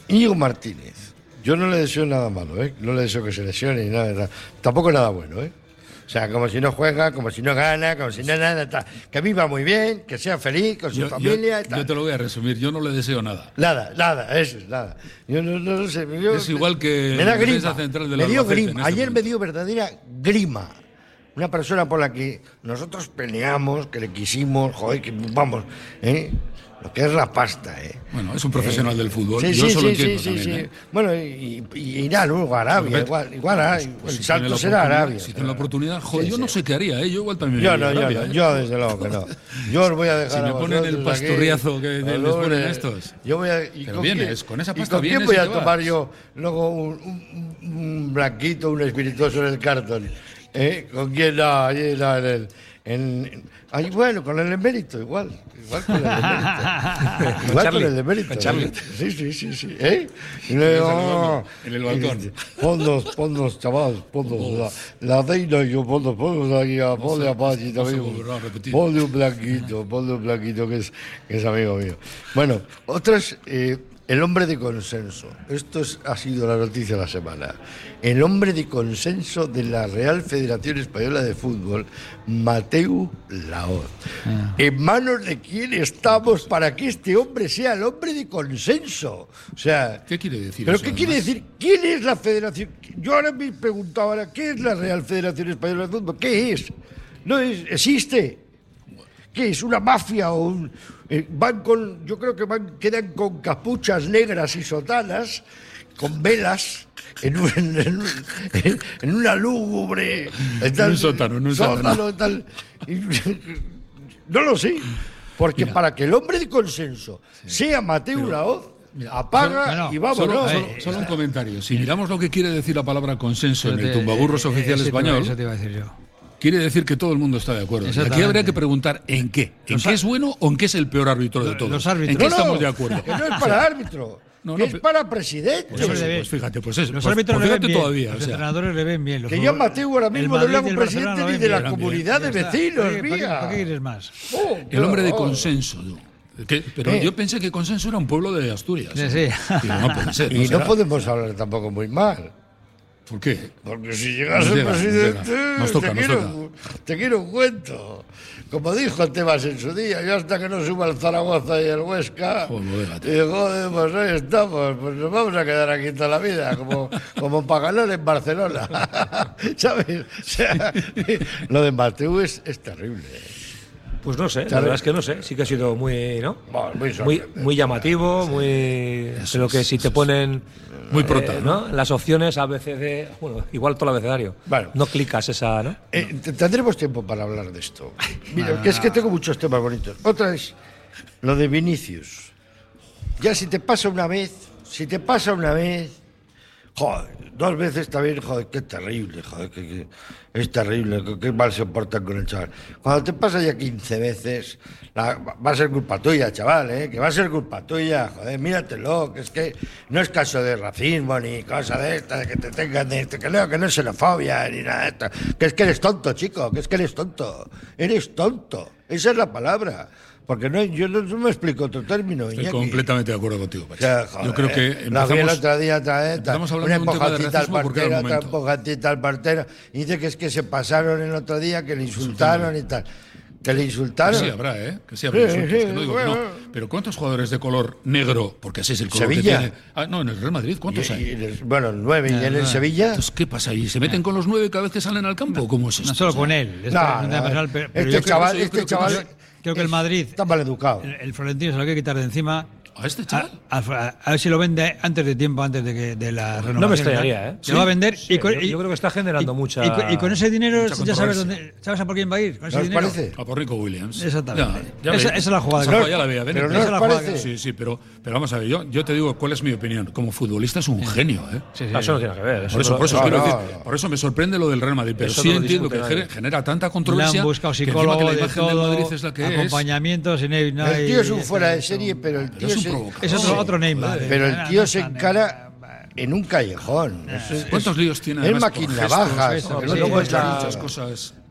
Speaker 4: Íñigo Martínez. Yo no le deseo nada malo, ¿eh? No le deseo que se lesione ni nada. Tampoco nada bueno, ¿eh? O sea, como si no juega, como si no gana, como si no nada, tal. Que viva muy bien, que sea feliz con su familia.
Speaker 5: Yo te lo voy a resumir, yo no le deseo nada.
Speaker 4: Nada, eso es nada. Yo no sé.
Speaker 5: Es igual que
Speaker 4: me da
Speaker 5: la defensa central del
Speaker 4: dio
Speaker 5: Albacete.
Speaker 4: grima. Ayer me dio verdadera grima. Una persona por la que nosotros peleamos, que le quisimos, joder, que vamos, lo que es la pasta,
Speaker 5: Bueno, es un profesional del fútbol.
Speaker 4: Sí,
Speaker 5: yo
Speaker 4: sí,
Speaker 5: eso lo
Speaker 4: sí,
Speaker 5: entiendo
Speaker 4: sí,
Speaker 5: también,
Speaker 4: sí. Bueno, y irá luego a Arabia, igual
Speaker 5: pues
Speaker 4: el salto será Arabia.
Speaker 5: Si tiene la oportunidad, joder, yo no sé qué haría, yo igual también
Speaker 4: yo
Speaker 5: me iría
Speaker 4: no,
Speaker 5: a Arabia,
Speaker 4: yo desde luego que no. Yo os voy a dejar.
Speaker 5: Si me ponen el pasturriazo que les ponen estos.
Speaker 4: Yo voy a,
Speaker 5: pero vienes, con esa pasta
Speaker 4: vienes. ¿Y con quién voy a tomar yo luego un blanquito, un espirituoso en el cartón? ¿Con quién? No, allí no, bueno, con el emérito, igual con el emérito. Igual con el emérito. Sí. Y luego,
Speaker 5: en el balcón.
Speaker 4: Ponnos, chaval, ponnos. La reina y yo, ponnos aquí, ponle a Pachi también. Ponle un blanquito que es amigo mío. Bueno, otras. El hombre de consenso. Esto ha sido la noticia de la semana. El hombre de consenso de la Real Federación Española de Fútbol, Mateu Laoz. ¿En manos de quién estamos para que este hombre sea el hombre de consenso? O sea,
Speaker 5: ¿qué quiere decir
Speaker 4: ¿pero
Speaker 5: eso,
Speaker 4: qué quiere decir? ¿Quién es la federación? Yo ahora me preguntaba, ¿qué es la Real Federación Española de Fútbol? ¿Qué es? ¿No existe? ¿Qué es? ¿Una mafia o un...? Yo creo que quedan con capuchas negras y sotanas, con velas, en una lúgubre.
Speaker 5: En un sótano.
Speaker 4: Tal. No lo sé, porque para que el hombre de consenso sea Mateu Laoz, apaga y vámonos.
Speaker 5: Solo un comentario. Si miramos lo que quiere decir la palabra consenso en el tumbaburros oficial español...
Speaker 7: Eso te iba a decir yo.
Speaker 5: Quiere decir que todo el mundo está de acuerdo. Y aquí habría que preguntar en qué. ¿En qué es bueno o en qué es el peor árbitro de todos?
Speaker 7: Los árbitros.
Speaker 5: ¿En qué estamos de acuerdo?
Speaker 4: Que no es para árbitro. Es para presidente.
Speaker 5: Pues fíjate, pues eso.
Speaker 7: Los árbitros le ven bien.
Speaker 5: Todavía,
Speaker 7: los entrenadores le ven bien.
Speaker 4: Que yo a Mateu ahora mismo no le hago presidente ni de la comunidad de vecinos, mía.
Speaker 7: ¿Para qué quieres más?
Speaker 5: El hombre de consenso. Pero yo pensé que Consenso era un pueblo de Asturias.
Speaker 7: Sí.
Speaker 5: Y no puede ser.
Speaker 4: Y no podemos hablar tampoco muy mal.
Speaker 5: ¿Por qué?
Speaker 4: Porque si llegas a ser presidente, te quiero un cuento. Como dijo Tebas en su día, yo hasta que no suba el Zaragoza y el Huesca, joder, pues ahí estamos, pues nos vamos a quedar aquí toda la vida, como para ganar en Barcelona. ¿Sabes? O sea, lo de Mateu es terrible.
Speaker 6: Pues no sé, la verdad es que no sé, sí que ha sido muy, ¿no? Muy llamativo, pero que si te ponen
Speaker 5: muy prota,
Speaker 6: ¿no? Las opciones A, B, C, D, bueno, igual todo el abecedario.
Speaker 4: Bueno,
Speaker 6: no clicas esa, ¿no?
Speaker 4: Tendremos tiempo para hablar de esto. Mira, que es que tengo muchos temas bonitos. Otra es lo de Vinicius. Ya si te pasa una vez, joder, 2 veces también, joder, qué terrible, joder, que es terrible, qué mal se portan con el chaval. Cuando te pasa ya 15 veces, va a ser culpa tuya, chaval, que va a ser culpa tuya, joder, míratelo, que es que no es caso de racismo ni cosa de esta, de que te tengan de esto, que no es xenofobia ni nada de esto, que es que eres tonto, chico, que es que eres tonto, esa es la palabra. Porque yo no me explico otro término.
Speaker 5: Estoy completamente de acuerdo contigo, Pachi.
Speaker 4: O sea, joder,
Speaker 5: yo creo que
Speaker 4: la vi el otro día otra vez.
Speaker 5: Estamos hablando de un tema de racismo porque era el momento.
Speaker 4: Otra empujatita al portero. Y dice que es que se pasaron el otro día, que le insultaron y tal. Que le insultaron.
Speaker 5: Que sí habrá, Que sí habrá insultos. Que no digo que no. Pero ¿cuántos jugadores de color negro? Porque así es el color
Speaker 4: Sevilla.
Speaker 5: que tiene. No, en el Real Madrid, ¿cuántos hay?
Speaker 4: Bueno, 9. ¿Y en el Sevilla?
Speaker 5: Entonces, ¿qué pasa ahí? ¿Se meten con los 9 cada vez que salen al campo? ¿Cómo es esto?
Speaker 7: No solo con él.
Speaker 4: Este chaval...
Speaker 7: Creo que el Madrid
Speaker 4: está mal educado.
Speaker 7: El Florentino se lo quiere quitar de encima.
Speaker 5: ¿A este chaval?
Speaker 7: A ver si lo vende antes de tiempo, antes de la renovación.
Speaker 6: No me extrañaría,
Speaker 7: Se lo va a vender.
Speaker 6: Sí, yo creo que está generando mucha.
Speaker 7: Y con ese dinero ya sabes dónde. ¿Sabes a por quién va a ir? Con ese dinero.
Speaker 4: Parece?
Speaker 5: A por Rico Williams.
Speaker 7: Exactamente. Esa es la jugada.
Speaker 5: Ya la veía venir.
Speaker 4: Pero no os parece.
Speaker 5: Sí, pero vamos a ver. Yo te digo cuál es mi opinión. Como futbolista es un genio,
Speaker 6: Sí. Eso no tiene que ver.
Speaker 5: Por eso me sorprende lo del Real Madrid. Pero sí entiendo que genera tanta controversia.
Speaker 7: Le han buscado psicólogo
Speaker 5: que la
Speaker 7: de
Speaker 5: imagen
Speaker 7: todo,
Speaker 5: del Madrid es la que
Speaker 7: acompañamientos.
Speaker 4: El tío es un fuera de serie, pero el tío
Speaker 7: es otro Neymar.
Speaker 4: Pero el tío se encara en un callejón.
Speaker 5: ¿Cuántos líos tiene?
Speaker 4: Es máquina baja.
Speaker 5: Luego muchas cosas.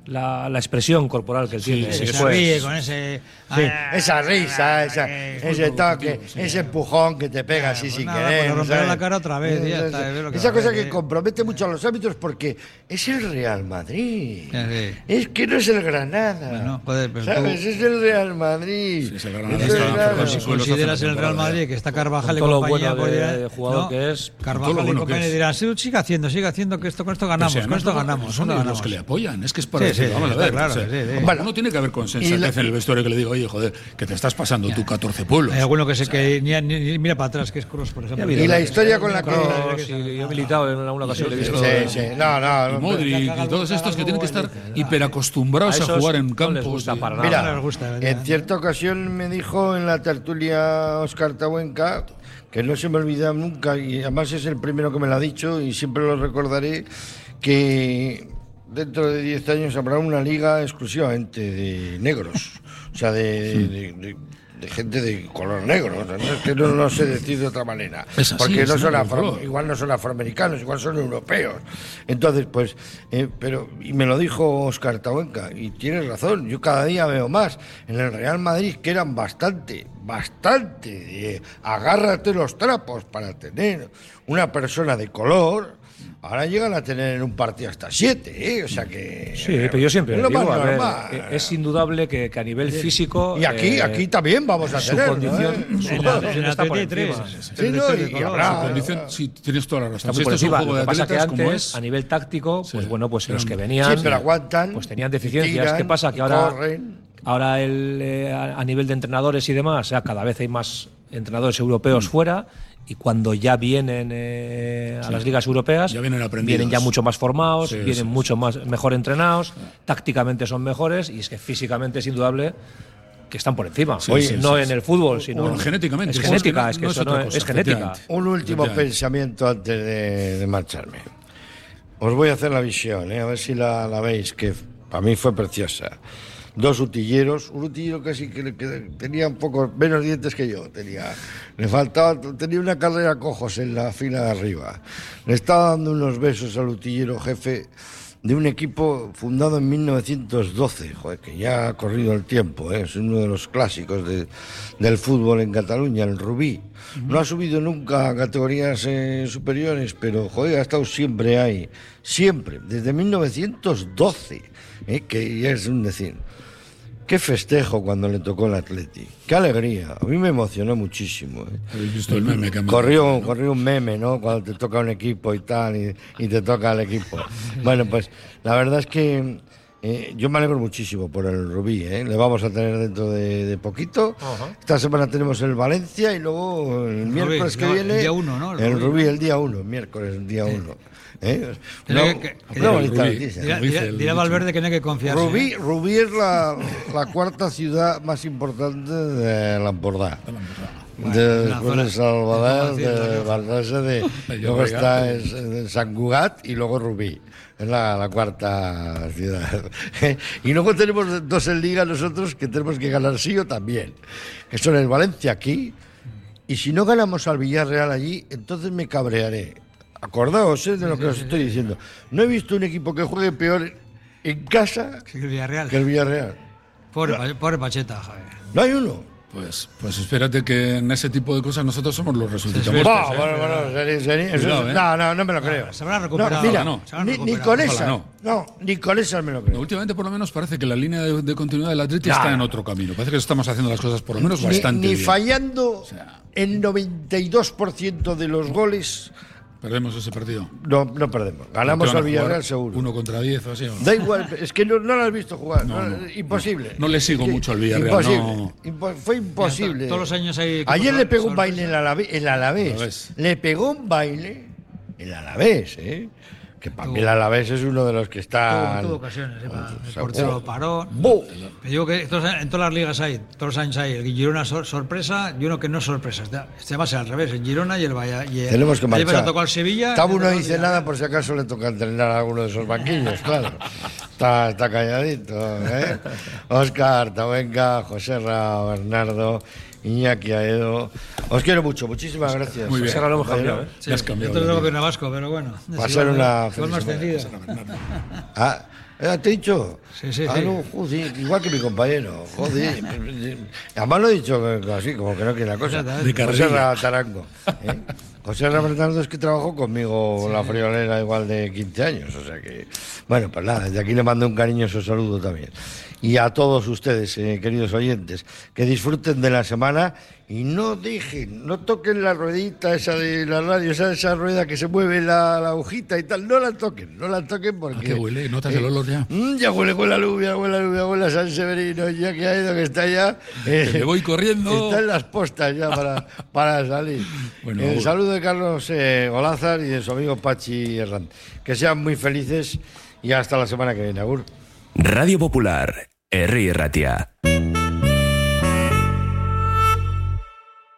Speaker 6: la expresión corporal que él tiene.
Speaker 7: Se ríe con ese...
Speaker 4: Sí, esa risa, ese toque, ese empujón que te pega así sin querer.
Speaker 7: Romper la cara otra vez.
Speaker 4: Esa cosa que compromete mucho a los árbitros porque es el Real Madrid. Es que no es el Granada. ¿Sabes? Es el Real Madrid.
Speaker 5: Sí, es el Granada.
Speaker 7: Si consideras el Real Madrid que está Carvajal y compañía,
Speaker 6: de jugador que es
Speaker 7: Carvajal y compañía dirán, sigue haciendo que con esto ganamos, con esto ganamos.
Speaker 5: Son los que le apoyan, es que es para decir, vamos a ver.
Speaker 7: Claro,
Speaker 5: bueno, uno tiene que haber consensatez en el vestuario que le digo, oye, joder, que te estás pasando tú 14 pueblos.
Speaker 7: Hay alguno que ni mira para atrás, que es Kroos, por ejemplo.
Speaker 4: Y la historia con la que...
Speaker 6: yo he militado en alguna ocasión.
Speaker 4: Sí. No.
Speaker 5: Y Modric y todos estos que tienen que estar hiperacostumbrados a jugar en campos.
Speaker 6: No les gusta para
Speaker 4: nada.
Speaker 6: Mira,
Speaker 4: no les gusta, en cierta ocasión me dijo en la tertulia Óscar Tabuenca, que no se me olvida nunca, y además es el primero que me lo ha dicho y siempre lo recordaré, que dentro de 10 años habrá una liga exclusivamente de negros, o sea, de gente de color negro, ¿no? Es que no sé decir de otra manera, porque no son igual no son afroamericanos, igual son europeos. Entonces, pues, y me lo dijo Óscar Tabuenca, y tienes razón, yo cada día veo más en el Real Madrid que eran bastante, agárrate los trapos para tener una persona de color. Ahora llegan a tener en un partido hasta 7, o sea que...
Speaker 6: Sí, pero yo siempre digo, es indudable que a nivel físico...
Speaker 4: Y aquí también vamos a tener,
Speaker 6: condición,
Speaker 4: ¿no?
Speaker 6: Su condición está por encima.
Speaker 4: Y habrá...
Speaker 5: Condición, sí, tienes toda la razón.
Speaker 6: Está muy por encima. Lo que pasa que antes, a nivel táctico, pues bueno, pues los que venían...
Speaker 4: Sí, pero aguantan,
Speaker 6: pues tenían deficiencias. ¿Qué pasa? Que ahora a nivel de entrenadores y demás, o sea, cada vez hay más entrenadores europeos fuera... Y cuando ya vienen a las ligas europeas, vienen ya mucho más formados, vienen mucho mejor entrenados, tácticamente son mejores y es que físicamente es indudable que están por encima. No en el fútbol, sino
Speaker 5: genéticamente.
Speaker 6: Es genética, es genética.
Speaker 4: Un último pensamiento antes de marcharme. Os voy a hacer la visión, a ver si la veis, que para mí fue preciosa. 2 utilleros, un utillero casi que tenía un poco menos dientes que yo, tenía una carrera de cojos en la fila de arriba. Le estaba dando unos besos al utillero jefe de un equipo fundado en 1912, que ya ha corrido el tiempo, es uno de los clásicos del fútbol en Cataluña, el Rubí. No ha subido nunca a categorías superiores, pero ha estado siempre ahí, siempre, desde 1912, que ya es un decir. Qué festejo cuando le tocó el Atleti. Qué alegría. A mí me emocionó muchísimo.
Speaker 5: ¿Habéis visto el meme que
Speaker 4: corrió un meme, ¿no? Cuando te toca un equipo y tal, y te toca el equipo. Bueno, pues la verdad es que yo me alegro muchísimo por el Rubí, Le vamos a tener dentro de poquito. Esta semana tenemos el Valencia y luego el miércoles que viene...
Speaker 7: El día 1, ¿no?
Speaker 4: El Rubí el día 1, miércoles el día 1.
Speaker 7: Dirá Valverde que no hay que confiarse.
Speaker 4: Rubí es la cuarta ciudad más importante de Lampordà. Después de Salvador, de Valverde, luego está en Sant Cugat y luego Rubí. Es la cuarta ciudad. Y luego tenemos 2 en Liga nosotros que tenemos que ganar sí o también. Que son el Valencia aquí. Y si no ganamos al Villarreal allí, entonces me cabrearé. Acordaos de lo que os estoy diciendo. No he visto un equipo que juegue peor en casa
Speaker 7: que el
Speaker 4: Villarreal.
Speaker 7: Pobre Pacheta, Javier.
Speaker 4: No hay uno.
Speaker 5: Pues espérate que en ese tipo de cosas nosotros somos los resultados.
Speaker 4: No me lo creo.
Speaker 7: Se habrán recuperado.
Speaker 4: Ni con esa. Ni con esa me lo creo.
Speaker 5: Últimamente, por lo menos, parece que la línea de continuidad del Atleti está en otro camino. Parece que estamos haciendo las cosas, por lo menos, bastante bien.
Speaker 4: Ni fallando el 92% de los goles.
Speaker 5: ¿Perdemos ese partido?
Speaker 4: No perdemos. Ganamos al Villarreal seguro.
Speaker 5: 1 contra 10 o así.
Speaker 4: Da igual, es que no lo has visto jugar. Imposible.
Speaker 5: No le sigo mucho al Villarreal.
Speaker 4: Fue imposible.
Speaker 7: Todos los años hay...
Speaker 4: Ayer le pegó un baile el Alavés. Le pegó un baile el Alavés, Que para mí el Alavés es uno de los que está...
Speaker 7: Tuvo ocasiones, el portero lo paró. Te digo que en todas las ligas hay, todos los años hay el Girona sorpresa y uno que no es sorpresa. Este va a ser al revés, el Girona y el Valladolid.
Speaker 4: Tenemos que marchar.
Speaker 7: Tocó al Sevilla.
Speaker 4: Tabu no dice nada por si acaso le toca entrenar a alguno de esos banquillos, claro. Está calladito, Óscar, Tabuenca, Joserra, Bernardo, Iñaki, Aedo. Os quiero mucho, muchísimas gracias.
Speaker 6: Muy bien. Ahora lo hemos cambiado,
Speaker 7: Sí, has cambiado. Yo tengo que ir a Vasco, pero bueno.
Speaker 4: Va a ser una...
Speaker 7: Fue más extendido.
Speaker 4: ¿Te he dicho?
Speaker 7: Sí.
Speaker 4: No, joder, igual que mi compañero. Joder. Además lo he dicho así, como que no quiere la cosa.
Speaker 5: De
Speaker 4: José Tarango. José Bernardo es que trabajó conmigo en la friolera igual de 15 años. O sea que, bueno, pues nada, desde aquí le mando un cariñoso saludo también. Y a todos ustedes, queridos oyentes, que disfruten de la semana y no toquen la ruedita esa de la radio, esa rueda que se mueve la agujita y tal, no la toquen porque...
Speaker 5: ¿A qué huele? ¿Notas el olor ya?
Speaker 4: Ya huele la lluvia, huele a San Severino, ya que ha ido, que está ya...
Speaker 5: me voy corriendo.
Speaker 4: Está en las postas ya para salir.
Speaker 5: Bueno,
Speaker 4: el saludo de Carlos Olázar y de su amigo Pachi Herrán. Que sean muy felices y hasta la semana que viene. Agur.
Speaker 9: Radio Popular, Herri Ratia.